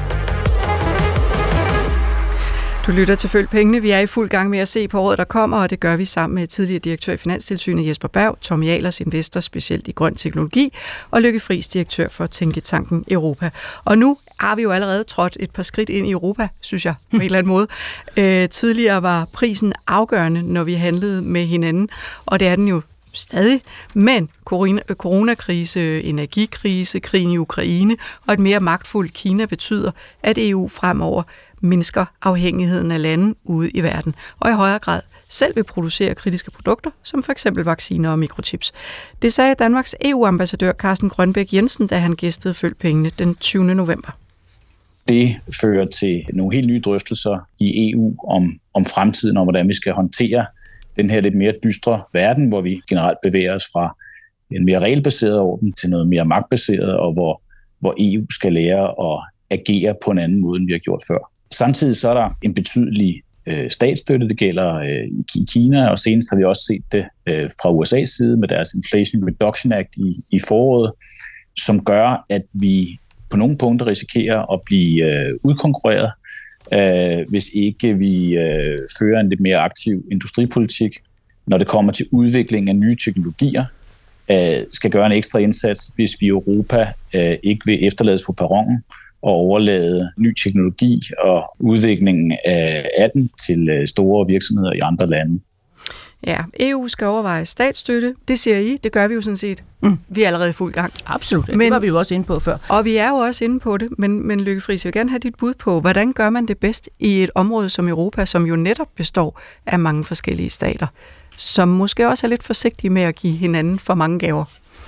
Du lytter til Følg Pengene. Vi er i fuld gang med at se på året, der kommer, og det gør vi sammen med tidligere direktør i Finanstilsynet Jesper Berg, Tommy Ahlers, investor specielt i grøn teknologi, og Lykke Friis, direktør for Tænketanken Europa. Og nu har vi jo allerede trådt et par skridt ind i Europa, synes jeg, på en eller anden måde. Øh, tidligere var prisen afgørende, når vi handlede med hinanden, og det er den jo stadig, men coronakrise, energikrise, krigen i Ukraine og et mere magtfuldt Kina betyder, at E U fremover mindsker afhængigheden af lande ude i verden, og i højere grad selv vil producere kritiske produkter, som for eksempel vacciner og mikrochips. Det sagde Danmarks E U-ambassadør Carsten Grønbæk Jensen, da han gæstede Følg Pengene den tyvende november. Det fører til nogle helt nye drøftelser i E U om, om fremtiden, og hvordan vi skal håndtere den her lidt mere dystre verden, hvor vi generelt bevæger os fra en mere regelbaseret orden til noget mere magtbaseret, og hvor, hvor E U skal lære at agere på en anden måde, end vi har gjort før. Samtidig så er der en betydelig øh, statsstøtte, det gælder øh, i Kina, og senest har vi også set det øh, fra U S A's side med deres Inflation Reduction Act i, i foråret, som gør, at vi på nogle punkter risikerer at blive øh, udkonkurreret, øh, hvis ikke vi øh, fører en lidt mere aktiv industripolitik, når det kommer til udvikling af nye teknologier, øh, skal gøre en ekstra indsats, hvis vi i Europa øh, ikke vil efterlades på perronen og overlade ny teknologi og udviklingen af, af den til øh, store virksomheder i andre lande. Ja, E U skal overveje statsstøtte. Det siger I, det gør vi jo sådan set. Mm. Vi er allerede i fuld gang. Absolut, men, det var vi jo også inde på før. Og vi er jo også inde på det, men, men Lykke Friis, jeg vil gerne have dit bud på, hvordan gør man det bedst i et område som Europa, som jo netop består af mange forskellige stater, som måske også er lidt forsigtige med at give hinanden for mange gaver?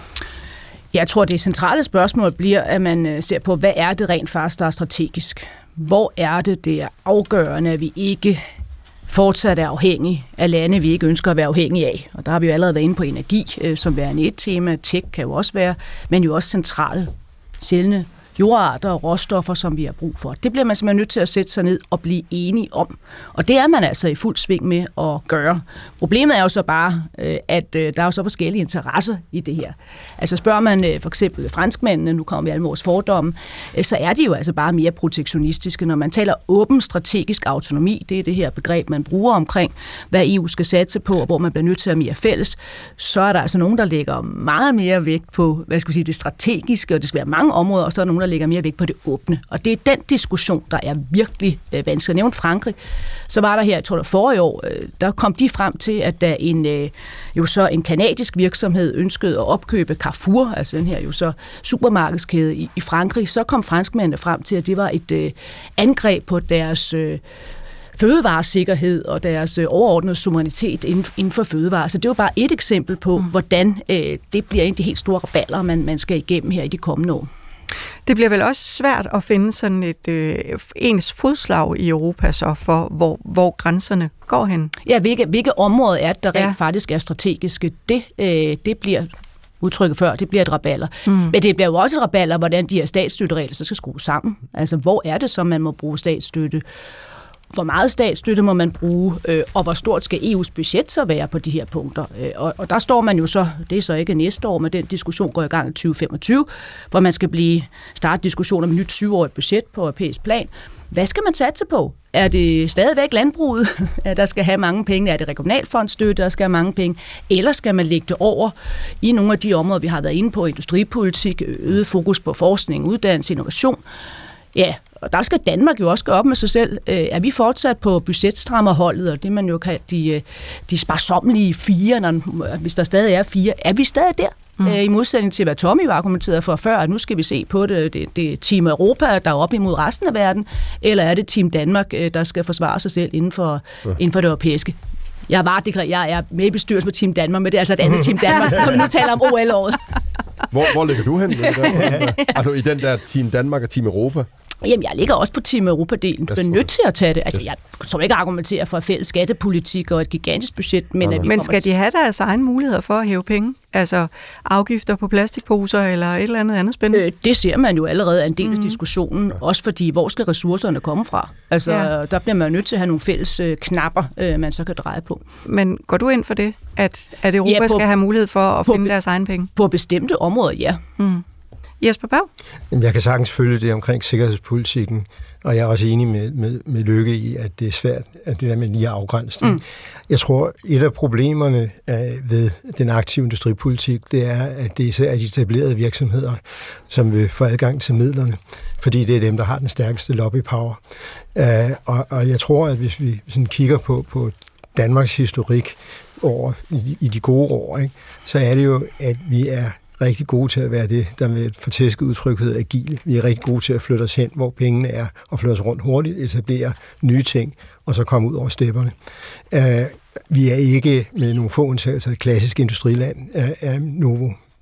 Jeg tror, det centrale spørgsmål bliver, at man ser på, hvad er det rent faktisk, der er strategisk? Hvor er det, det er afgørende, at vi ikke fortsat er afhængige af lande, vi ikke ønsker at være afhængige af. Og der har vi jo allerede været inde på energi, øh, som værende et tema. Tech kan jo også være, men jo også centrale, sjældne jordarter og råstoffer, som vi har brug for. Det bliver man simpelthen nødt til at sætte sig ned og blive enige om. Og det er man altså i fuld sving med at gøre. Problemet er jo så bare, at der er jo så forskellige interesser i det her. Altså spørger man for eksempel franskmændene, nu kommer vi alle vores fordomme, så er de jo altså bare mere protektionistiske. Når man taler åben strategisk autonomi, det er det her begreb, man bruger omkring, hvad E U skal satse på, og hvor man bliver nødt til at mere fælles, så er der altså nogen, der lægger meget mere vægt på, hvad skal vi sige, det strategiske, og det skal være mange områder, og så er der nogen, der lægger mere vægt på det åbne. Og det er den diskussion, der er virkelig øh, vanskelig. Nævnt Frankrig, så var der her, jeg tror det forrige år, øh, der kom de frem til, at der en, øh, jo så en kanadisk virksomhed ønskede at opkøbe Carrefour, altså den her jo så supermarkedskæde i, i Frankrig, så kom franskmændene frem til, at det var et øh, angreb på deres øh, fødevaresikkerhed og deres øh, overordnede suverænitet inden, inden for fødevare. Så det var bare et eksempel på, mm. hvordan øh, det bliver en af de helt store raballer, man, man skal igennem her i de kommende år. Det bliver vel også svært at finde sådan et øh, ens fodslag i Europa så for, hvor, hvor grænserne går hen. Ja, hvilke, hvilke områder er det, der ja. rent faktisk er strategiske? Det, øh, det bliver udtrykket før, det bliver et raballer. Mm. Men det bliver jo også et raballer, hvordan de her statsstøtteregler så skal skrues sammen. Altså, hvor er det så, man må bruge statsstøtte? Hvor meget statsstøtte må man bruge, øh, og hvor stort skal E U's budget så være på de her punkter? Øh, og, og der står man jo så, det er så ikke næste år, men den diskussion går i gang i tyve femogtyve, hvor man skal blive starte diskussion om et nyt syv-årigt budget på europæisk plan. Hvad skal man satse på? Er det stadigvæk landbruget, der skal have mange penge? Er det regionalfondsstøtte, der skal have mange penge? Eller skal man lægge det over i nogle af de områder, vi har været inde på, industripolitik, øget fokus på forskning, uddannelse, innovation? Ja, og der skal Danmark jo også gå op med sig selv. Er vi fortsat på budgetstrammerholdet, og det man jo kan de, de sparsommelige fire, når, hvis der stadig er fire, er vi stadig der? Mm. I modsætning til, hvad Tommy var argumenteret for før, at nu skal vi se på det, det, det er Team Europa, der er op imod resten af verden, eller er det Team Danmark, der skal forsvare sig selv inden for, ja. inden for det europæiske? Jeg, var, det, jeg er med i bestyrelsen på Team Danmark, men det er altså et andet Team Danmark, når vi nu taler om O L-året. Hvor, hvor ligger du hen? Altså i den der Team Danmark og Team Europa? Jamen, jeg ligger også på Team Europa-delen. Du er nødt til at tage det. Altså, jeg tror ikke argumentere for fælles skattepolitik og et gigantisk budget, men... Men skal til... de have deres egen muligheder for at hæve penge? Altså afgifter på plastikposer eller et eller andet andet spændende? Øh, det ser man jo allerede af en del af mm. diskussionen, også fordi, hvor skal ressourcerne komme fra? Altså, ja. der bliver man nødt til at have nogle fælles øh, knapper, øh, man så kan dreje på. Men går du ind for det, at, at Europa ja, på, skal have mulighed for at finde deres egen penge? På bestemte områder, ja. Mm. Jesper Berg? Jeg kan sagtens følge det omkring sikkerhedspolitikken, og jeg er også enig med, med, med Lykke i, at det er svært, at det der med lige afgrænsning. Mm. Jeg tror, et af problemerne øh, ved den aktive industripolitik, det er, at det især er de etablerede virksomheder, som vil få adgang til midlerne, fordi det er dem, der har den stærkeste lobbypower. Øh, og, og jeg tror, at hvis vi sådan kigger på, på Danmarks historik over, i, i de gode år, ikke, så er det jo, at vi er rigtig gode til at være det, der med et fortæsket udtryk hedder agile. Vi er rigtig gode til at flytte os hen, hvor pengene er, og flytte os rundt hurtigt, etablere nye ting, og så komme ud over stepperne. Uh, vi er ikke med nogle få undtagelser et klassisk industriland af uh, Novo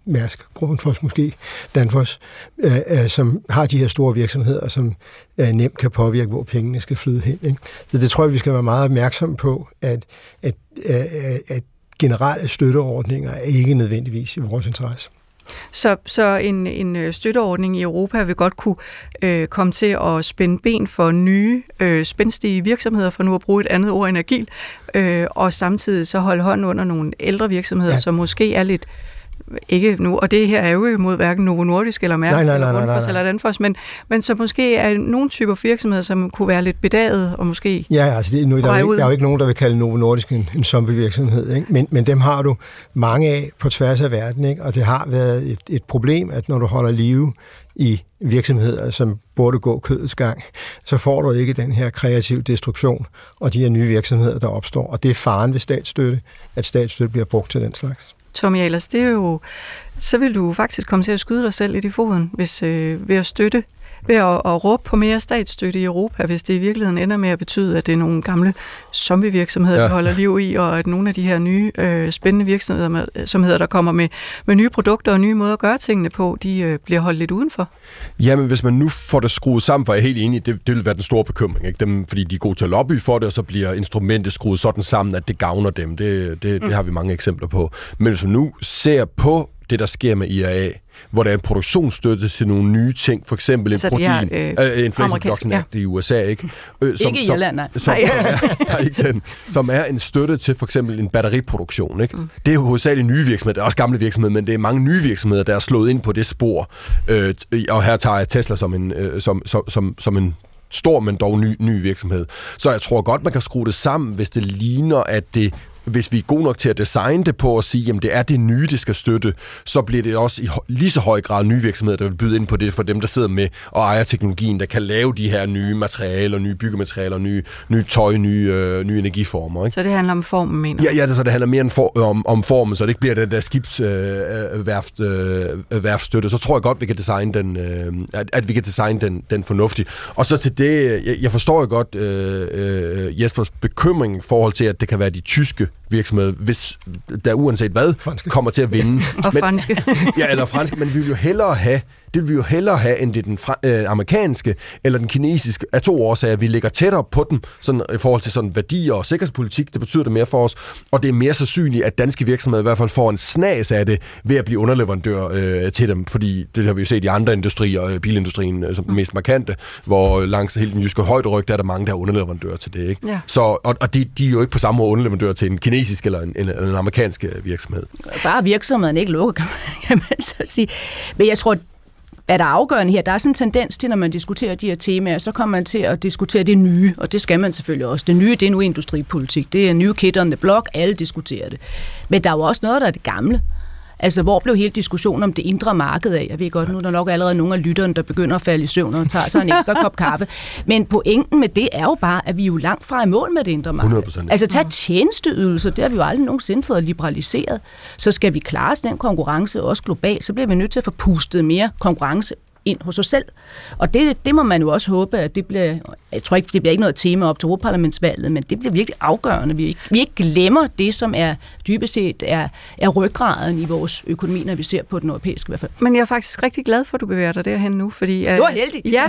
Mærsk, Grundfos måske, Danfoss, øh, øh, som har de her store virksomheder, som øh, nemt kan påvirke, hvor pengene skal flyde hen. Ikke? Så det tror jeg, vi skal være meget opmærksomme på, at, at, at, at generelle støtteordninger er ikke nødvendigvis i vores interesse. Så, så en, en støtteordning i Europa vil godt kunne øh, komme til at spænde ben for nye, øh, spændstige virksomheder, for nu at bruge et andet ord end agil, øh, og samtidig så holde hånden under nogle ældre virksomheder, ja. Som måske er lidt ikke nu, og det her er jo imod hverken Novo Nordisk eller Mærsk eller Grundfos eller Danfoss, men, men så måske er nogle typer virksomheder, som kunne være lidt bedaget og måske ja, altså det, nu, der, er jo ikke, der er jo ikke nogen, der vil kalde Novo Nordisk en, en zombie-virksomhed, ikke? Men, men dem har du mange af på tværs af verden, ikke? Og det har været et, et problem, at når du holder live i virksomheder, som burde gå kødets gang, så får du ikke den her kreative destruktion og de her nye virksomheder, der opstår. Og det er faren ved statsstøtte, at statsstøtte bliver brugt til den slags. Tommy Ahlers, det er jo, så vil du faktisk komme til at skyde dig selv lidt i foden, hvis, øh, ved at støtte, ved at, at råbe på mere statsstøtte i Europa, hvis det i virkeligheden ender med at betyde, at det er nogle gamle zombie-virksomheder, ja. Der holder liv i, og at nogle af de her nye øh, spændende virksomheder, som hedder, der kommer med, med nye produkter og nye måder at gøre tingene på, de øh, bliver holdt lidt udenfor. Jamen, hvis man nu får det skruet sammen, for jeg er helt enig, det, det vil være den store bekymring, ikke? Dem, fordi de er gode til at lobby for det, og så bliver instrumentet skruet sådan sammen, at det gavner dem. Det, det, mm. det har vi mange eksempler på. Men hvis man nu ser på det, der sker med I R A, hvor der er en produktionsstøtte til nogle nye ting, for eksempel en altså protein, øh, øh, Inflation Reduction Act i U S A, ikke? Øh, som, ikke i Irland, nej. Som, som, som, er, ikke den, som er en støtte til for eksempel en batteriproduktion, ikke? Mm. Det er jo hovedsageligt nye virksomheder, det er også gamle virksomheder, men det er mange nye virksomheder, der er slået ind på det spor. Øh, og her tager jeg Tesla som en, øh, som, som, som, som en stor, men dog ny, ny virksomhed. Så jeg tror godt, man kan skrue det sammen, hvis det ligner, at det hvis vi er gode nok til at designe det på at sige, jamen det er det nye, det skal støtte, så bliver det også i lige så høj grad nye virksomheder, der vil byde ind på det, for dem, der sidder med og ejer teknologien, der kan lave de her nye materialer, nye byggematerialer, nye, nye tøj, nye, øh, nye energiformer. Ikke? Så det handler om formen, mener du? Ja, ja det, så det handler mere for, om, om formen, så det ikke bliver den der skibsværft øh, værftstøtte. Så tror jeg godt, vi kan designe den, øh, at, at vi kan designe den, den fornuftigt. Og så til det, jeg, jeg forstår jo godt øh, øh, Jespers bekymring i forhold til, at det kan være de tyske virksomheder, hvis der uanset hvad, franske. Kommer til at vinde. Og men, franske. Ja, eller franske, men vi vil jo hellere have, det vil vi jo hellere have, end det den fra, øh, amerikanske eller den kinesiske, af to årsager. Vi ligger tættere på dem, sådan, i forhold til sådan værdier og sikkerhedspolitik, det betyder det mere for os, og det er mere sandsynligt, at danske virksomheder i hvert fald får en snas af det, ved at blive underleverandør øh, til dem, fordi det har vi jo set i andre industrier, bilindustrien øh, som den mest markante, hvor langs hele den jyske højderyg, der er der mange, der er underleverandører til det, ikke? Ja. Så, og, og de, de er jo ikke på samme måde underleverandører til en kinesisk eller en, en, en amerikansk virksomhed. Bare virksomheden ikke lukker, kan man, kan man så sige. Men jeg tror, er der afgørende her? Der er sådan en tendens til, når man diskuterer de her temaer, så kommer man til at diskutere det nye, og det skal man selvfølgelig også. Det nye, det er nu industripolitik. Det er new kid on the block, alle diskuterer det. Men der er jo også noget, der er det gamle. Altså, hvor blev hele diskussionen om det indre marked af? Jeg ved godt, nu er der nok allerede nogle af lytterne, der begynder at falde i søvn og tager sig en ekstra kop kaffe. Men pointen med det er jo bare, at vi er jo langt fra i mål med det indre marked. hundrede procent. Altså, tag tjenesteydelser, det har vi jo aldrig nogensinde fået liberaliseret. Så skal vi klare den konkurrence, også globalt, så bliver vi nødt til at få pustet mere konkurrence ind hos os selv. Og det, det må man jo også håbe, at det bliver, jeg tror ikke, det bliver ikke noget tema op til Europaparlamentsvalget, men det bliver virkelig afgørende. Vi ikke, vi ikke glemmer det, som er dybest set er, er ryggraden i vores økonomi, når vi ser på den europæiske i hvert fald. Men jeg er faktisk rigtig glad for, at du bevæger dig derhen nu, fordi... Du er heldig. Ja.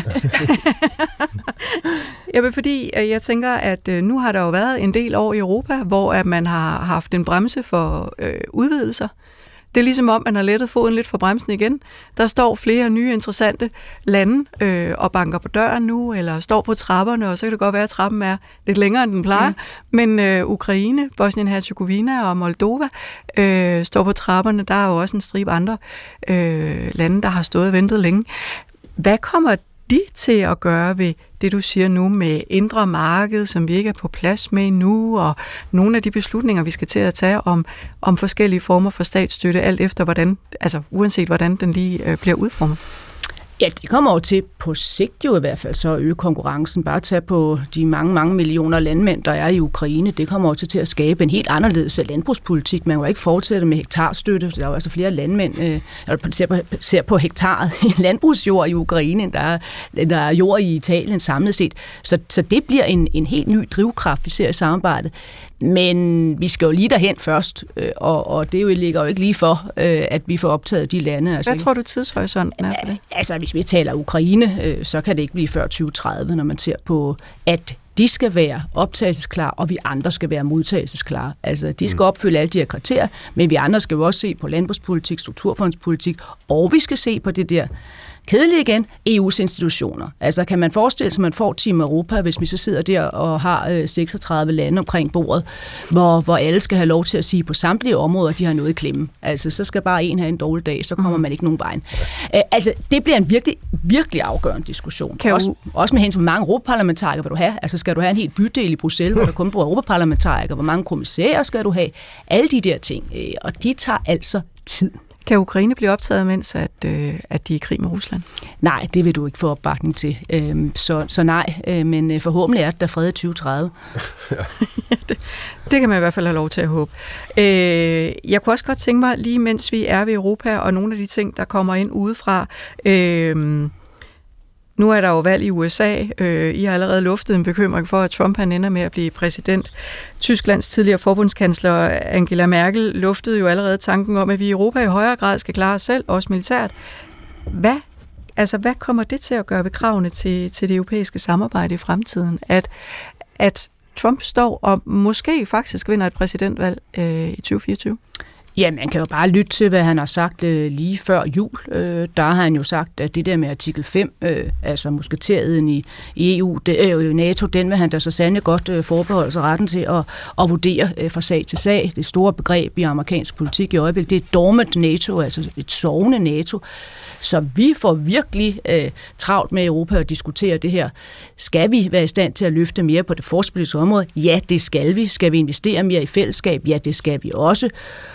Jeg vil fordi, jeg tænker, at nu har der jo været en del år i Europa, hvor at man har haft en bremse for øh, udvidelser. Det er ligesom om, man har lettet foden lidt fra bremsen igen. Der står flere nye interessante lande øh, og banker på døren nu, eller står på trapperne, og så kan det godt være, at trappen er lidt længere, end den plejer. Mm. Men øh, Ukraine, Bosnien-Herzegovina og Moldova øh, står på trapperne. Der er jo også en stribe andre øh, lande, der har stået og ventet længe. Hvad kommer de til at gøre ved det, du siger nu med indre marked, som vi ikke er på plads med nu, og nogle af de beslutninger, vi skal til at tage om, om forskellige former for statsstøtte, alt efter hvordan, altså uanset hvordan den lige øh, bliver udformet? Ja, det kommer jo til på sigt jo i hvert fald så at øge konkurrencen. Bare tage på de mange, mange millioner landmænd, der er i Ukraine. Det kommer jo til, til at skabe en helt anderledes landbrugspolitik. Man kan jo ikke fortsætte med hektarstøtte. Der er jo altså flere landmænd, øh, der ser på, ser på hektaret i landbrugsjord i Ukraine, der er, der er jord i Italien samlet set. Så, så det bliver en, en helt ny drivkraft, vi ser i samarbejdet. Men vi skal jo lige derhen først, øh, og, og det jo ligger jo ikke lige for, øh, at vi får optaget de lande. Altså, hvad tror du tidshorisonten er for det? Altså, hvis vi taler Ukraine, øh, så kan det ikke blive før tyve tredive, når man ser på, at de skal være optagelsesklar, og vi andre skal være modtagelsesklar. Altså, de skal opfylde alle de her kriterier, men vi andre skal jo også se på landbrugspolitik, strukturfondspolitik, og vi skal se på det der kedeligt igen, E U's institutioner. Altså kan man forestille sig, at man får Team Europa, hvis vi så sidder der og har øh, seksogtredive lande omkring bordet, hvor, hvor alle skal have lov til at sige på samtlige områder, at de har noget i klemme. Altså så skal bare en have en dårlig dag, så kommer man ikke nogen vejen. Øh, altså det bliver en virkelig, virkelig afgørende diskussion. Kan også, også med hensyn til, hvor mange europaparlamentarikere vil du have? Altså skal du have en helt bydel i Bruxelles, hvor der kun bor europaparlamentarikere? Hvor mange kommissærer skal du have? Alle de der ting. Øh, og de tager altså tid. Kan Ukraine blive optaget, mens at, øh, at de er i krig med Rusland? Nej, det vil du ikke få opbakning til. Øhm, så, så nej, øh, men forhåbentlig er det der fred i tyve tredive. ja, det, det kan man i hvert fald have lov til at håbe. Øh, jeg kunne også godt tænke mig, lige mens vi er ved Europa, og nogle af de ting, der kommer ind udefra. Øh, nu er der jo valg i U S A. Øh, I har allerede luftet en bekymring for, at Trump han ender med at blive præsident. Tysklands tidligere forbundskansler Angela Merkel luftede jo allerede tanken om, at vi i Europa i højere grad skal klare os selv, også militært. Hvad, altså, hvad kommer det til at gøre ved kravene til, til det europæiske samarbejde i fremtiden? At, at Trump står og måske faktisk vinder et præsidentvalg øh, i tyve fireogtyve? Ja, man kan jo bare lytte til, hvad han har sagt øh, lige før jul. Øh, der har han jo sagt, at det der med artikel fem, øh, altså musketereden i, i E U, det, øh, NATO, den vil han da så sandelig godt øh, forbeholde sig retten til at, at vurdere øh, fra sag til sag. Det store begreb i amerikansk politik i øjeblikket, det er dormant NATO, altså et sovende NATO. Så vi får virkelig øh, travlt med Europa at diskutere det her. Skal vi være i stand til at løfte mere på det forspolitiske område? Ja, det skal vi. Skal vi investere mere i fællesskab? Ja, det skal vi også.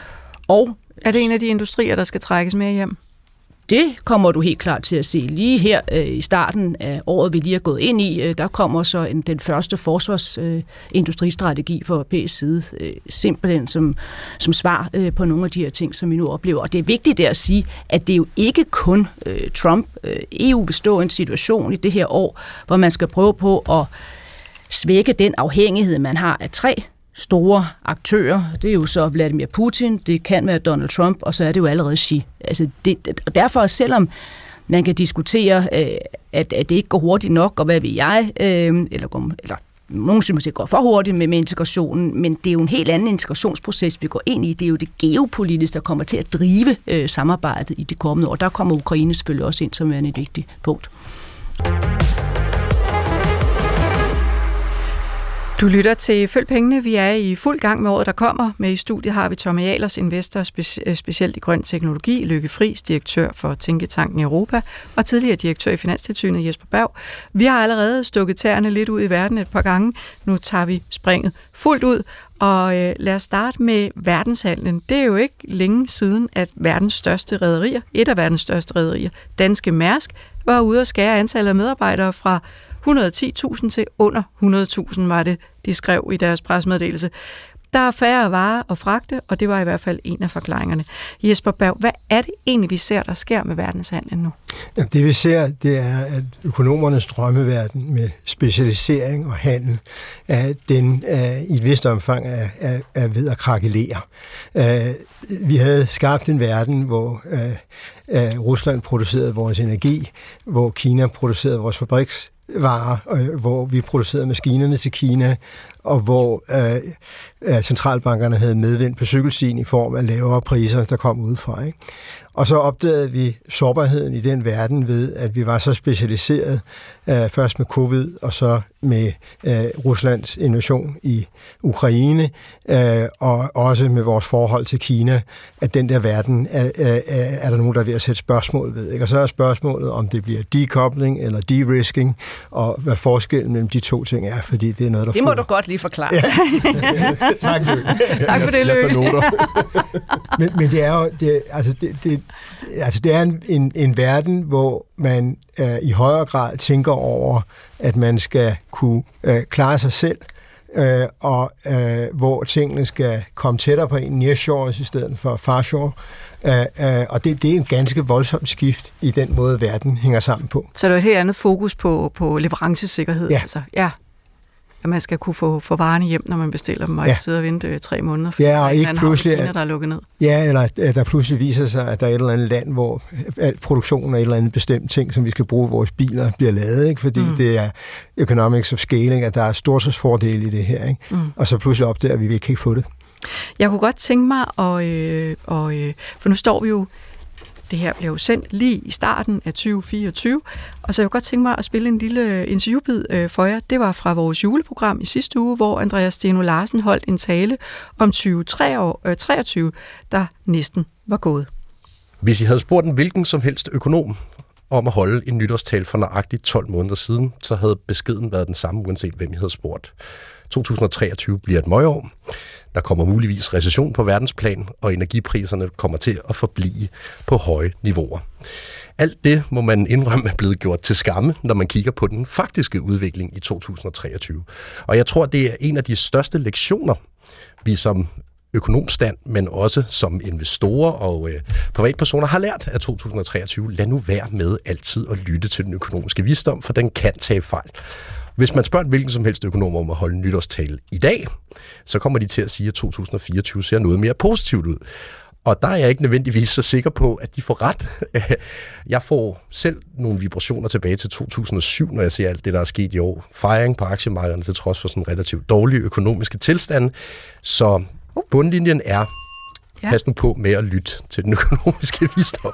Og er det en af de industrier, der skal trækkes mere hjem? Det kommer du helt klart til at se. Lige her øh, i starten af året, vi lige er gået ind i, øh, der kommer så en, den første forsvarsindustristrategi øh, for europæisk side, øh, simpelthen som, som svar øh, på nogle af de her ting, som vi nu oplever. Og det er vigtigt der at sige, at det er jo ikke kun øh, Trump. Øh, E U vil stå i en situation i det her år, hvor man skal prøve på at svække den afhængighed, man har af tre store aktører. Det er jo så Vladimir Putin, det kan være Donald Trump, og så er det jo allerede Xi. Altså det, og derfor, selvom man kan diskutere, at, at det ikke går hurtigt nok, og hvad vil jeg, eller, går, eller nogen synes, at det går for hurtigt med, med integrationen, men det er jo en helt anden integrationsproces, vi går ind i. Det er jo det geopolitiske, der kommer til at drive øh, samarbejdet i de kommende år. Der kommer Ukraine selvfølgelig også ind som et vigtigt punkt. Du lytter til Følg Pengene. Vi er i fuld gang med året, der kommer. Med i studiet har vi Tommy Ahlers, investor speci- specielt i grøn teknologi, Lykke Friis, direktør for Tænketanken Europa, og tidligere direktør i Finanstilsynet, Jesper Berg. Vi har allerede stukket tæerne lidt ud i verden et par gange. Nu tager vi springet fuldt ud, og øh, lad os starte med verdenshandlen. Det er jo ikke længe siden, at verdens største rederier, et af verdens største rederier, Danske Mærsk, var ude at skære antallet af medarbejdere fra et hundrede og ti tusind til under hundrede tusind, var det, de skrev i deres pressemeddelelse. Der er færre varer at fragte, og det var i hvert fald en af forklaringerne. Jesper Berg, hvad er det egentlig, vi ser, der sker med verdenshandlen nu? Det vi ser, det er, at økonomernes drømmeverden med specialisering og handel, at den er, i et vist omfang er, er, er ved at krakelere. Vi havde skabt en verden, hvor Rusland producerede vores energi, hvor Kina producerede vores fabriks varer, øh, hvor vi producerede maskinerne til Kina, og hvor øh, centralbankerne havde medvind på cykelstien i form af lavere priser, der kom udefra. Ikke? Og så opdagede vi sårbarheden i den verden ved, at vi var så specialiseret, øh, først med covid, og så med øh, Ruslands invasion i Ukraine, øh, og også med vores forhold til Kina, at den der verden er, er, er der nogen, der er ved at sætte spørgsmål ved. Ikke? Og så er spørgsmålet, om det bliver decoupling eller de-risking, og hvad forskellen mellem de to ting er, fordi det er noget, der Det må får... du godt lige forklare. Ja. Tak, Løkke. Tak for det, Løkke. men, men det er jo, det, altså det, det, altså det er en, en, en verden, hvor man øh, i højere grad tænker over, at man skal kunne øh, klare sig selv, øh, og øh, hvor tingene skal komme tættere på en, nearshore i stedet for farshore. Øh, øh, og det, det er en ganske voldsomt skift i den måde, verden hænger sammen på. Så der er et helt andet fokus på, på leverancesikkerhed. Ja. Altså, ja. at man skal kunne få, få varerne hjem, når man bestiller dem, og ja. ikke sidde og vente tre måneder, fordi ja, og ikke pludselig, havn, der er lukket ned. Ja, eller at der pludselig viser sig, at der er et eller andet land, hvor al produktionen af et eller andet bestemt ting, som vi skal bruge i vores biler, bliver lavet, ikke? Fordi mm. det er economics of scaling, at der er stordriftsfordele i det her. Ikke? Mm. Og så pludselig opdager vi, at vi ikke kan få det. Jeg kunne godt tænke mig, og, øh, og, øh, for nu står vi jo, det her blev jo sendt lige i starten af tyve fireogtyve, og så jeg kunne godt tænke mig at spille en lille interviewbid øh, for jer. Det var fra vores juleprogram i sidste uge, hvor Andreas Steno Larsen holdt en tale om tyve treogtyve, der næsten var gået. Hvis I havde spurgt en hvilken som helst økonom om at holde en nytårstale for nøjagtigt tolv måneder siden, så havde beskeden været den samme, uanset hvem I havde spurgt. to tusind og treogtyve bliver et møgår. Der kommer muligvis recession på verdensplan, og energipriserne kommer til at forblive på høje niveauer. Alt det må man indrømme er blevet gjort til skamme, når man kigger på den faktiske udvikling i to tusind og treogtyve. Og jeg tror, det er en af de største lektioner, vi som økonomstand, men også som investorer og øh, privatpersoner har lært af to tusind og treogtyve. Lad nu være med altid at lytte til den økonomiske visdom, for den kan tage fejl. Hvis man spørger hvilken som helst økonom om at holde en nytårstale i dag, så kommer de til at sige, at to tusind og fireogtyve ser noget mere positivt ud. Og der er jeg ikke nødvendigvis så sikker på, at de får ret. Jeg får selv nogle vibrationer tilbage til to tusind og syv, når jeg ser alt det, der er sket i år. Fejring på aktiemarkederne til trods for sådan relativt dårlige økonomiske tilstande. Så bundlinjen er, ja. Pas nu på med at lytte til den økonomiske visdom.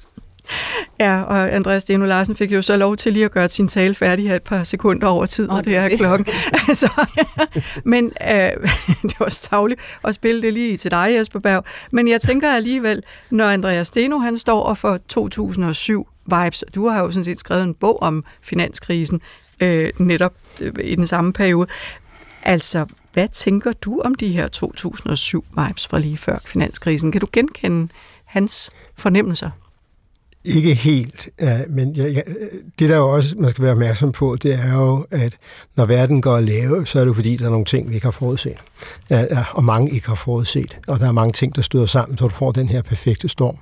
Ja, og Andreas Steno Larsen fik jo så lov til lige at gøre sin tale færdig her et par sekunder over tid, oh, og det er det. klokken. altså, ja. Men øh, det var så tarveligt at spille det lige til dig, Jesper Berg. Men jeg tænker alligevel, når Andreas Steno han står og for to tusind og syv vibes, du har jo sådan set skrevet en bog om finanskrisen øh, netop øh, i den samme periode. Altså, hvad tænker du om de her to tusind og syv vibes fra lige før finanskrisen? Kan du genkende hans fornemmelser? Ikke helt, men jeg, jeg, det der jo også, man skal være opmærksom på, det er jo, at når verden går lave, så er det fordi, der er nogle ting, vi ikke har forudset. Og mange ikke har forudset. Og der er mange ting, der støder sammen, så du får den her perfekte storm.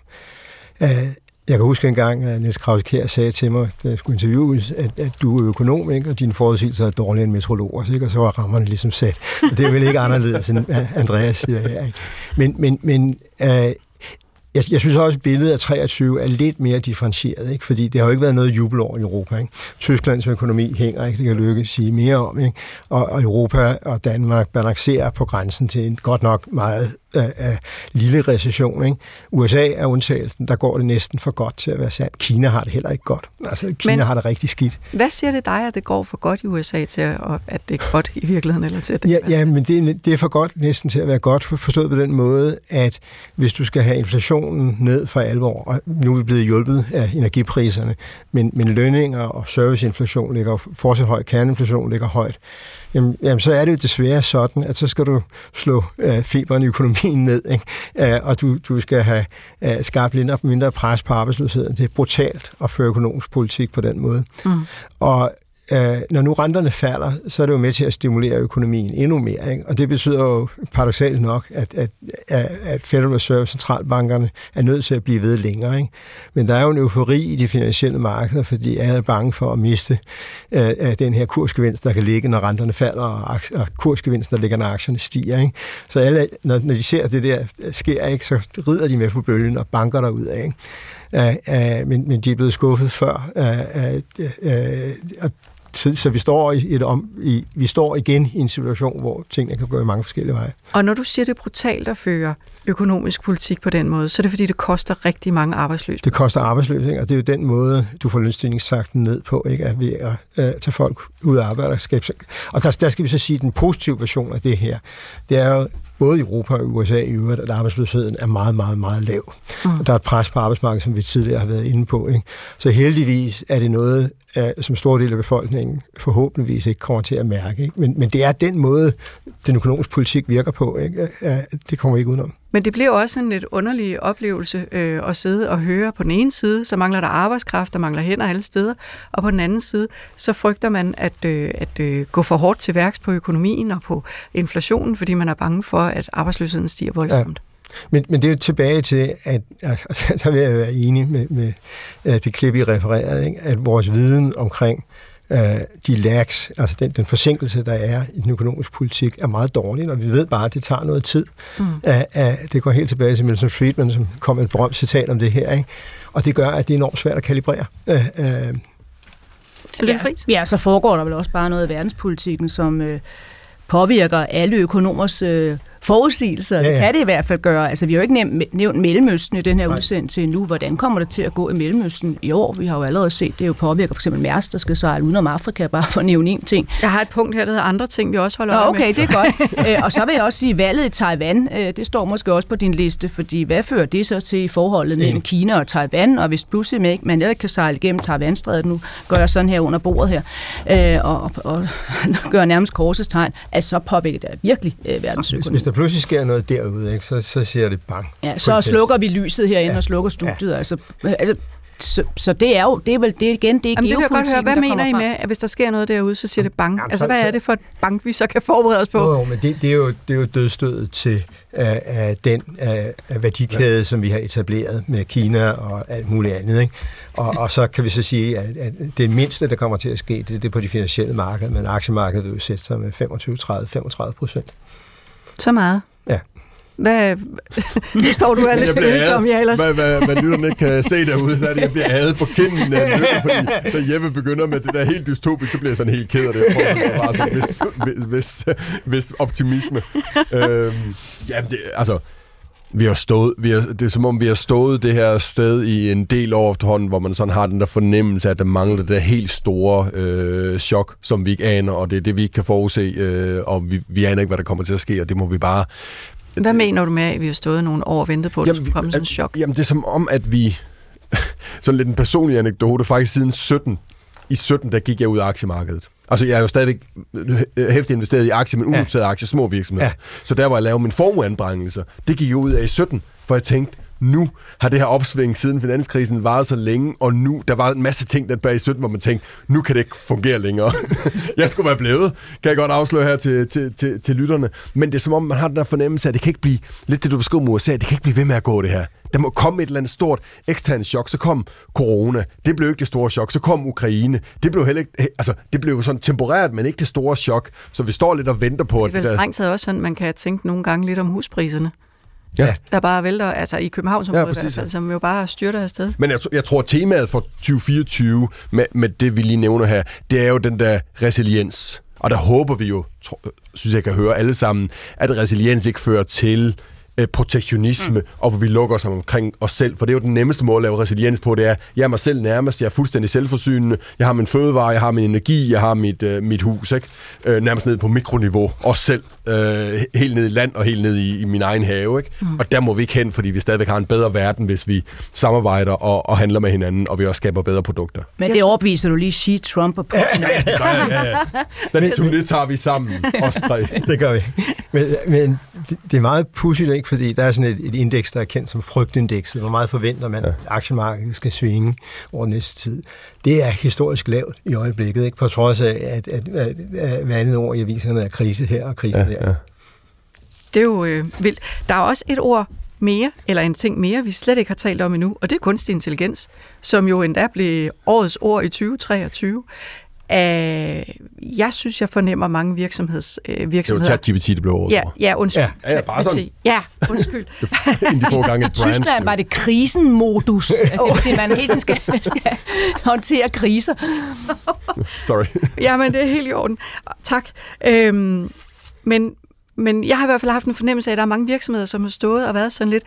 Jeg kan huske en gang, at Niels Krause-Kjær sagde til mig, da jeg skulle interviews, at, at du er økonom, ikke? Og dine forudsigelser er dårligere end meteorologer, ikke? Og så var rammerne ligesom sat. Og det er vel ikke anderledes, end Andreas siger her. Ikke? Men, men, men øh, Jeg, jeg synes også, at billedet af treogtyve er lidt mere differentieret, ikke? Fordi det har jo ikke været noget jubelår i Europa. Ikke? Tysklands økonomi hænger ikke, det kan Lykke sige mere om. Ikke? Og, og Europa og Danmark balancerer på grænsen til en godt nok meget øh, øh, lille recession. Ikke? U S A er undtagelsen, der går det næsten for godt til at være sandt. Kina har det heller ikke godt. Altså, Kina Men, har det rigtig skidt. Hvad siger det dig, at det går for godt i U S A til, at, at det er godt i virkeligheden? Eller til, at det ja, ja, men det, det er for godt næsten til at være godt, forstået på den måde, at hvis du skal have inflation ned for alvor, og nu er vi blevet hjulpet af energipriserne, men, men lønninger og serviceinflation ligger fortsat højt, kerneinflation ligger højt, jamen, jamen så er det jo desværre sådan, at så skal du slå øh, feberen i økonomien ned, ikke? Øh, og du, du skal have øh, skabt lidt mindre pres på arbejdsløsheden. Det er brutalt at føre økonomisk politik på den måde. Mm. Og Uh, når nu renterne falder, så er det jo med til at stimulere økonomien endnu mere. Ikke? Og det betyder jo paradoksalt nok, at, at, at Federal Reserve, centralbankerne, er nødt til at blive ved længere. Ikke? Men der er jo en eufori i de finansielle markeder, fordi alle er bange for at miste uh, den her kursgevinst, der kan ligge, når renterne falder, og, og kursgevinsten, der ligger, når aktierne stiger. Ikke? Så alle, når, når de ser, at det der sker, ikke, så rider de med på bølgen og banker derudad. Ikke? Uh, uh, men, men de er blevet skuffet før. Uh, uh, uh, Så vi står, i et om, i, vi står igen i en situation, hvor tingene kan gå i mange forskellige veje. Og når du siger, det er brutalt at føre økonomisk politik på den måde, så er det fordi, det koster rigtig mange arbejdsløse. Det koster arbejdsløse, ikke? Og det er jo den måde, du får lønstigningstakten ned på, ikke? At ved at uh, tage folk ud af arbejde. Og der, der skal vi så sige, at den positive version af det her, det er jo både i Europa og U S A i øvrigt, at arbejdsløsheden er meget, meget, meget lav. Mm. Der er et pres på arbejdsmarkedet, som vi tidligere har været inde på. Ikke? Så heldigvis er det noget, som stor del af befolkningen forhåbentligvis ikke kommer til at mærke. Ikke? Men, men det er den måde, den økonomiske politik virker på. Ikke? Det kommer vi ikke udenom. Men det bliver også en lidt underlig oplevelse øh, at sidde og høre. På den ene side, så mangler der arbejdskraft, der mangler hænder alle steder, og på den anden side, så frygter man at, øh, at øh, gå for hårdt til værks på økonomien og på inflationen, fordi man er bange for, at arbejdsløsheden stiger voldsomt. Ja. Men, men det er jo tilbage til, at der vil jeg være enig med, med det klip, I refererede, ikke? At vores viden omkring de lags, altså den, den forsinkelse, der er i den økonomiske politik, er meget dårlig, og vi ved bare, at det tager noget tid. Mm. At, at det går helt tilbage til Milton Friedman, som kom med et berømt citat om det her, ikke? Og det gør, at det er enormt svært at kalibrere. Øh, øh. Ja, ja, så foregår der vel også bare noget i verdenspolitikken, som øh, påvirker alle økonomers øh, forudsigelser. Ja, ja. Det kan det i hvert fald gøre. Altså, vi har jo ikke nævnt, nævnt Mellemøsten i den her udsendelse endnu. Hvordan kommer det til at gå i Mellemøsten i år? Vi har jo allerede set, det jo påvirker for eksempel Mærsk, der skal sejle udenom Afrika, bare for at nævne en ting. Jeg har et punkt her, der hedder andre ting, vi også holder Nå, øje okay, med. det er godt. Æ, og så vil jeg også sige, valget i Taiwan, øh, det står måske også på din liste, fordi hvad fører det så til i forholdet mellem mm. Kina og Taiwan? Og hvis pludselig man ikke kan sejle igennem Taiwan-strædet, nu gør jeg sådan her under bordet her, øh, og, og, og gør nærmest korsets tegn, at så påvirker det virkelig øh, verdensøkonomien. Hvis der pludselig sker noget derude, ikke, så, så siger det bang. Ja, så slukker vi lyset herinde ja. og slukker studiet. Ja. Altså, altså, så, så det er jo, det er vel det igen, det er Jamen, det vil jeg godt høre. Hvad mener I frem? med, at hvis der sker noget derude, så siger det bang? Jamen, altså, hvad er det for et bank, vi så kan forberede os på? Jo, men det, det, er, jo, det er jo dødstødet til uh, uh, den uh, værdikæde, ja. som vi har etableret med Kina og alt muligt andet. Ikke? Og, og så kan vi så sige, at, at det mindste, der kommer til at ske, det, det er på de finansielle markeder, men aktiemarkedet vil jo sætte sig med femogtyve til tredive til femogtredive procent. Så meget? Ja. Hvad? Nu står du alle stille, Tom Ahlers. Hvad, hvad, hvad lytterne ikke kan se derude, så er det, at jeg bliver adet på kinden af lytter, fordi da Jeppe begynder med det der helt dystopisk, så bliver jeg sådan helt ked af det. Jeg tror, det er bare sådan en vis, vis, vis optimisme. Øhm, jamen, det, altså... Vi har stået, vi har, det er som om, vi har stået det her sted i en del år efterhånden, hvor man sådan har den der fornemmelse, at der mangler det der helt store øh, chok, som vi ikke aner, og det er det, vi ikke kan forudse, øh, og vi, vi aner ikke, hvad der kommer til at ske, og det må vi bare... Hvad mener du med, at vi har stået nogle år og ventet på, at der skulle komme sådan en chok? Jamen, det er som om, at vi... sådan lidt en personlig anekdote, faktisk siden sytten. I sytten, der gik jeg ud af aktiemarkedet. Altså, jeg er jo stadigvæk hæftigt investeret i aktier, men unoterede ja. aktier, små virksomheder. Ja. Så der, hvor jeg lavede min formueanbringelser, det gik jo ud af i sytten, for jeg tænkte, nu har det her opsving siden finanskrisen varet så længe, og nu, der var en masse ting, der bag i sytten, hvor man tænkte, nu kan det ikke fungere længere. Jeg skulle være blevet, kan jeg godt afsløre her til, til, til, til lytterne. Men det er som om, man har den der fornemmelse, at det kan ikke blive, lidt det du beskriver med U S A, det kan ikke blive ved med at gå det her. Der må komme et eller andet stort eksternt chok. Så kom corona. Det blev ikke det store chok. Så kom Ukraine. Det blev heller ikke, altså, det blev sådan temporært, men ikke det store chok. Så vi står lidt og venter på... Det er vel strengt taget også sådan, man kan tænke nogle gange lidt om huspriserne. Ja. Der bare vælter, altså i København, som, ja, præcis, ja. som jo bare styrter afsted. Men jeg, jeg tror, temaet for tyve fireogtyve, med, med det vi lige nævner her, det er jo den der resiliens. Og der håber vi jo, tro, synes jeg kan høre alle sammen, at resiliens ikke fører til protektionisme, mm. og hvor vi lukker os omkring os selv, for det er jo den nemmeste måde at lave resiliens på, det er, jeg er mig selv nærmest, jeg er fuldstændig selvforsynende, jeg har min fødevare, jeg har min energi, jeg har mit, øh, mit hus, ikke? Øh, nærmest ned på mikroniveau, også selv, øh, helt ned i land og helt ned i, i min egen have, ikke? Mm. Og der må vi ikke hen, fordi vi stadigvæk har en bedre verden, hvis vi samarbejder og, og handler med hinanden, og vi også skaber bedre produkter. Men det overbeviser du lige Xi, Trump og Putin. Ja, ja, ja, ja. Den turné tager vi sammen, os tre. Det gør vi. Men, men det, det er meget pudsigt, ikke? Fordi der er sådan et, et indeks, der er kendt som frygtindekset. Hvor meget forventer man, at aktiemarkedet skal svinge over næste tid. Det er historisk lavt i øjeblikket, ikke? På trods af, at, at, at, at hver andet år i aviserne er krise her og krise ja, der. Ja. Det er jo øh, vildt. Der er også et ord mere, eller en ting mere, vi slet ikke har talt om endnu, og det er kunstig intelligens, som jo endda blev årets ord i tyve treogtyve. Uh, jeg synes, jeg fornemmer mange virksomheds, uh, virksomheder... Det var ChatGPT, det blev året ja, ja, undskyld. Ja, ja, bare sådan. Ja, undskyld. I Tyskland var det krisenmodus. Det vil sige, man helt skal, skal håndtere kriser. Sorry. Jamen, det er helt i orden. Tak. Øhm, men, men jeg har i hvert fald haft en fornemmelse af, at der er mange virksomheder, som har stået og været sådan lidt...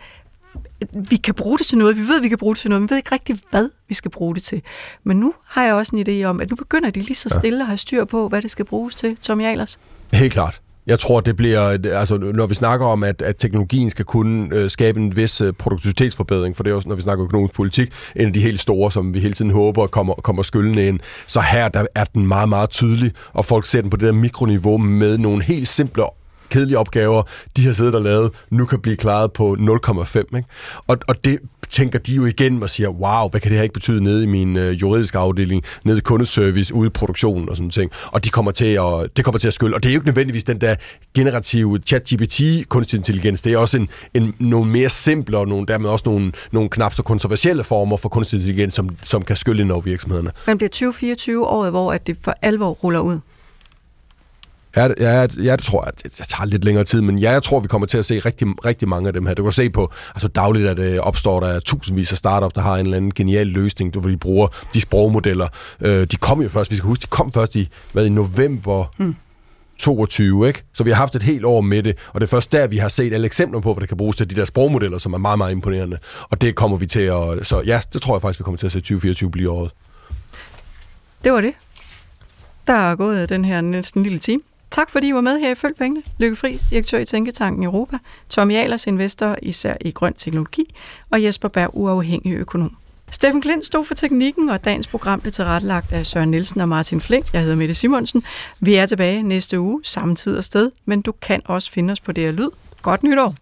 Vi kan bruge det til noget, vi ved, vi kan bruge det til noget, men vi ved ikke rigtig, hvad vi skal bruge det til. Men nu har jeg også en idé om, at nu begynder de lige så stille at have styr på, hvad det skal bruges til, Tom Ahlers. Helt klart. Jeg tror, det bliver, altså når vi snakker om, at, at teknologien skal kunne øh, skabe en vis øh, produktivitetsforbedring, for det er også, når vi snakker økonomisk politik, en af de helt store, som vi hele tiden håber kommer, kommer skyldende ind. Så her der er den meget, meget tydelig, og folk ser den på det der mikroniveau med nogle helt simple kedelige opgaver, de har siddet og lavet, nu kan blive klaret på nul komma fem. Ikke? Og, og det tænker de jo igennem og siger, wow, hvad kan det her ikke betyde nede i min øh, juridiske afdeling, nede i kundeservice, ude i produktionen og sådan ting. Og de kommer til at, det kommer til at skylde. Og det er jo ikke nødvendigvis den der generative ChatGPT kunstig intelligens. Det er også en, en, nogle mere simple og nogle, dermed også nogle, nogle knap så kontroversielle former for kunstig intelligens, som, som kan skylle ind over virksomhederne. Men bliver tyve fireogtyve året, hvor at det for alvor ruller ud? Ja, ja, ja, det tror jeg, det tager lidt længere tid, men ja, jeg tror, vi kommer til at se rigtig, rigtig mange af dem her. Du kan se på, altså dagligt, at det opstår der tusindvis af startup, der har en eller anden genial løsning, hvor de bruger de sprogmodeller. De kom jo først, vi skal huske, de kom først i, hvad, i november hmm. toogtyve, ikke? Så vi har haft et helt år med det, og det er først der, vi har set alle eksempler på, hvad det kan bruges til de der sprogmodeller, som er meget, meget imponerende. Og det kommer vi til at, så ja, det tror jeg faktisk, vi kommer til at se tyve fireogtyve blive året. Det var det. Der er gået den her næsten lille time. Tak fordi I var med her i Følg Pengene. Lykke Friis, direktør i Tænketanken Europa, Tommy Ahlers, investor især i grøn teknologi, og Jesper Berg, uafhængig økonom. Steffen Klint stod for teknikken, og dagens program blev tilrettelagt af Søren Nielsen og Martin Flink. Jeg hedder Mette Simonsen. Vi er tilbage næste uge, samme tid og sted, men du kan også finde os på D R Lyd. Godt nytår!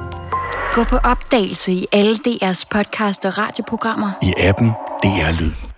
Gå på opdagelse i alle D R's podcast og radioprogrammer. I appen D R Lyd.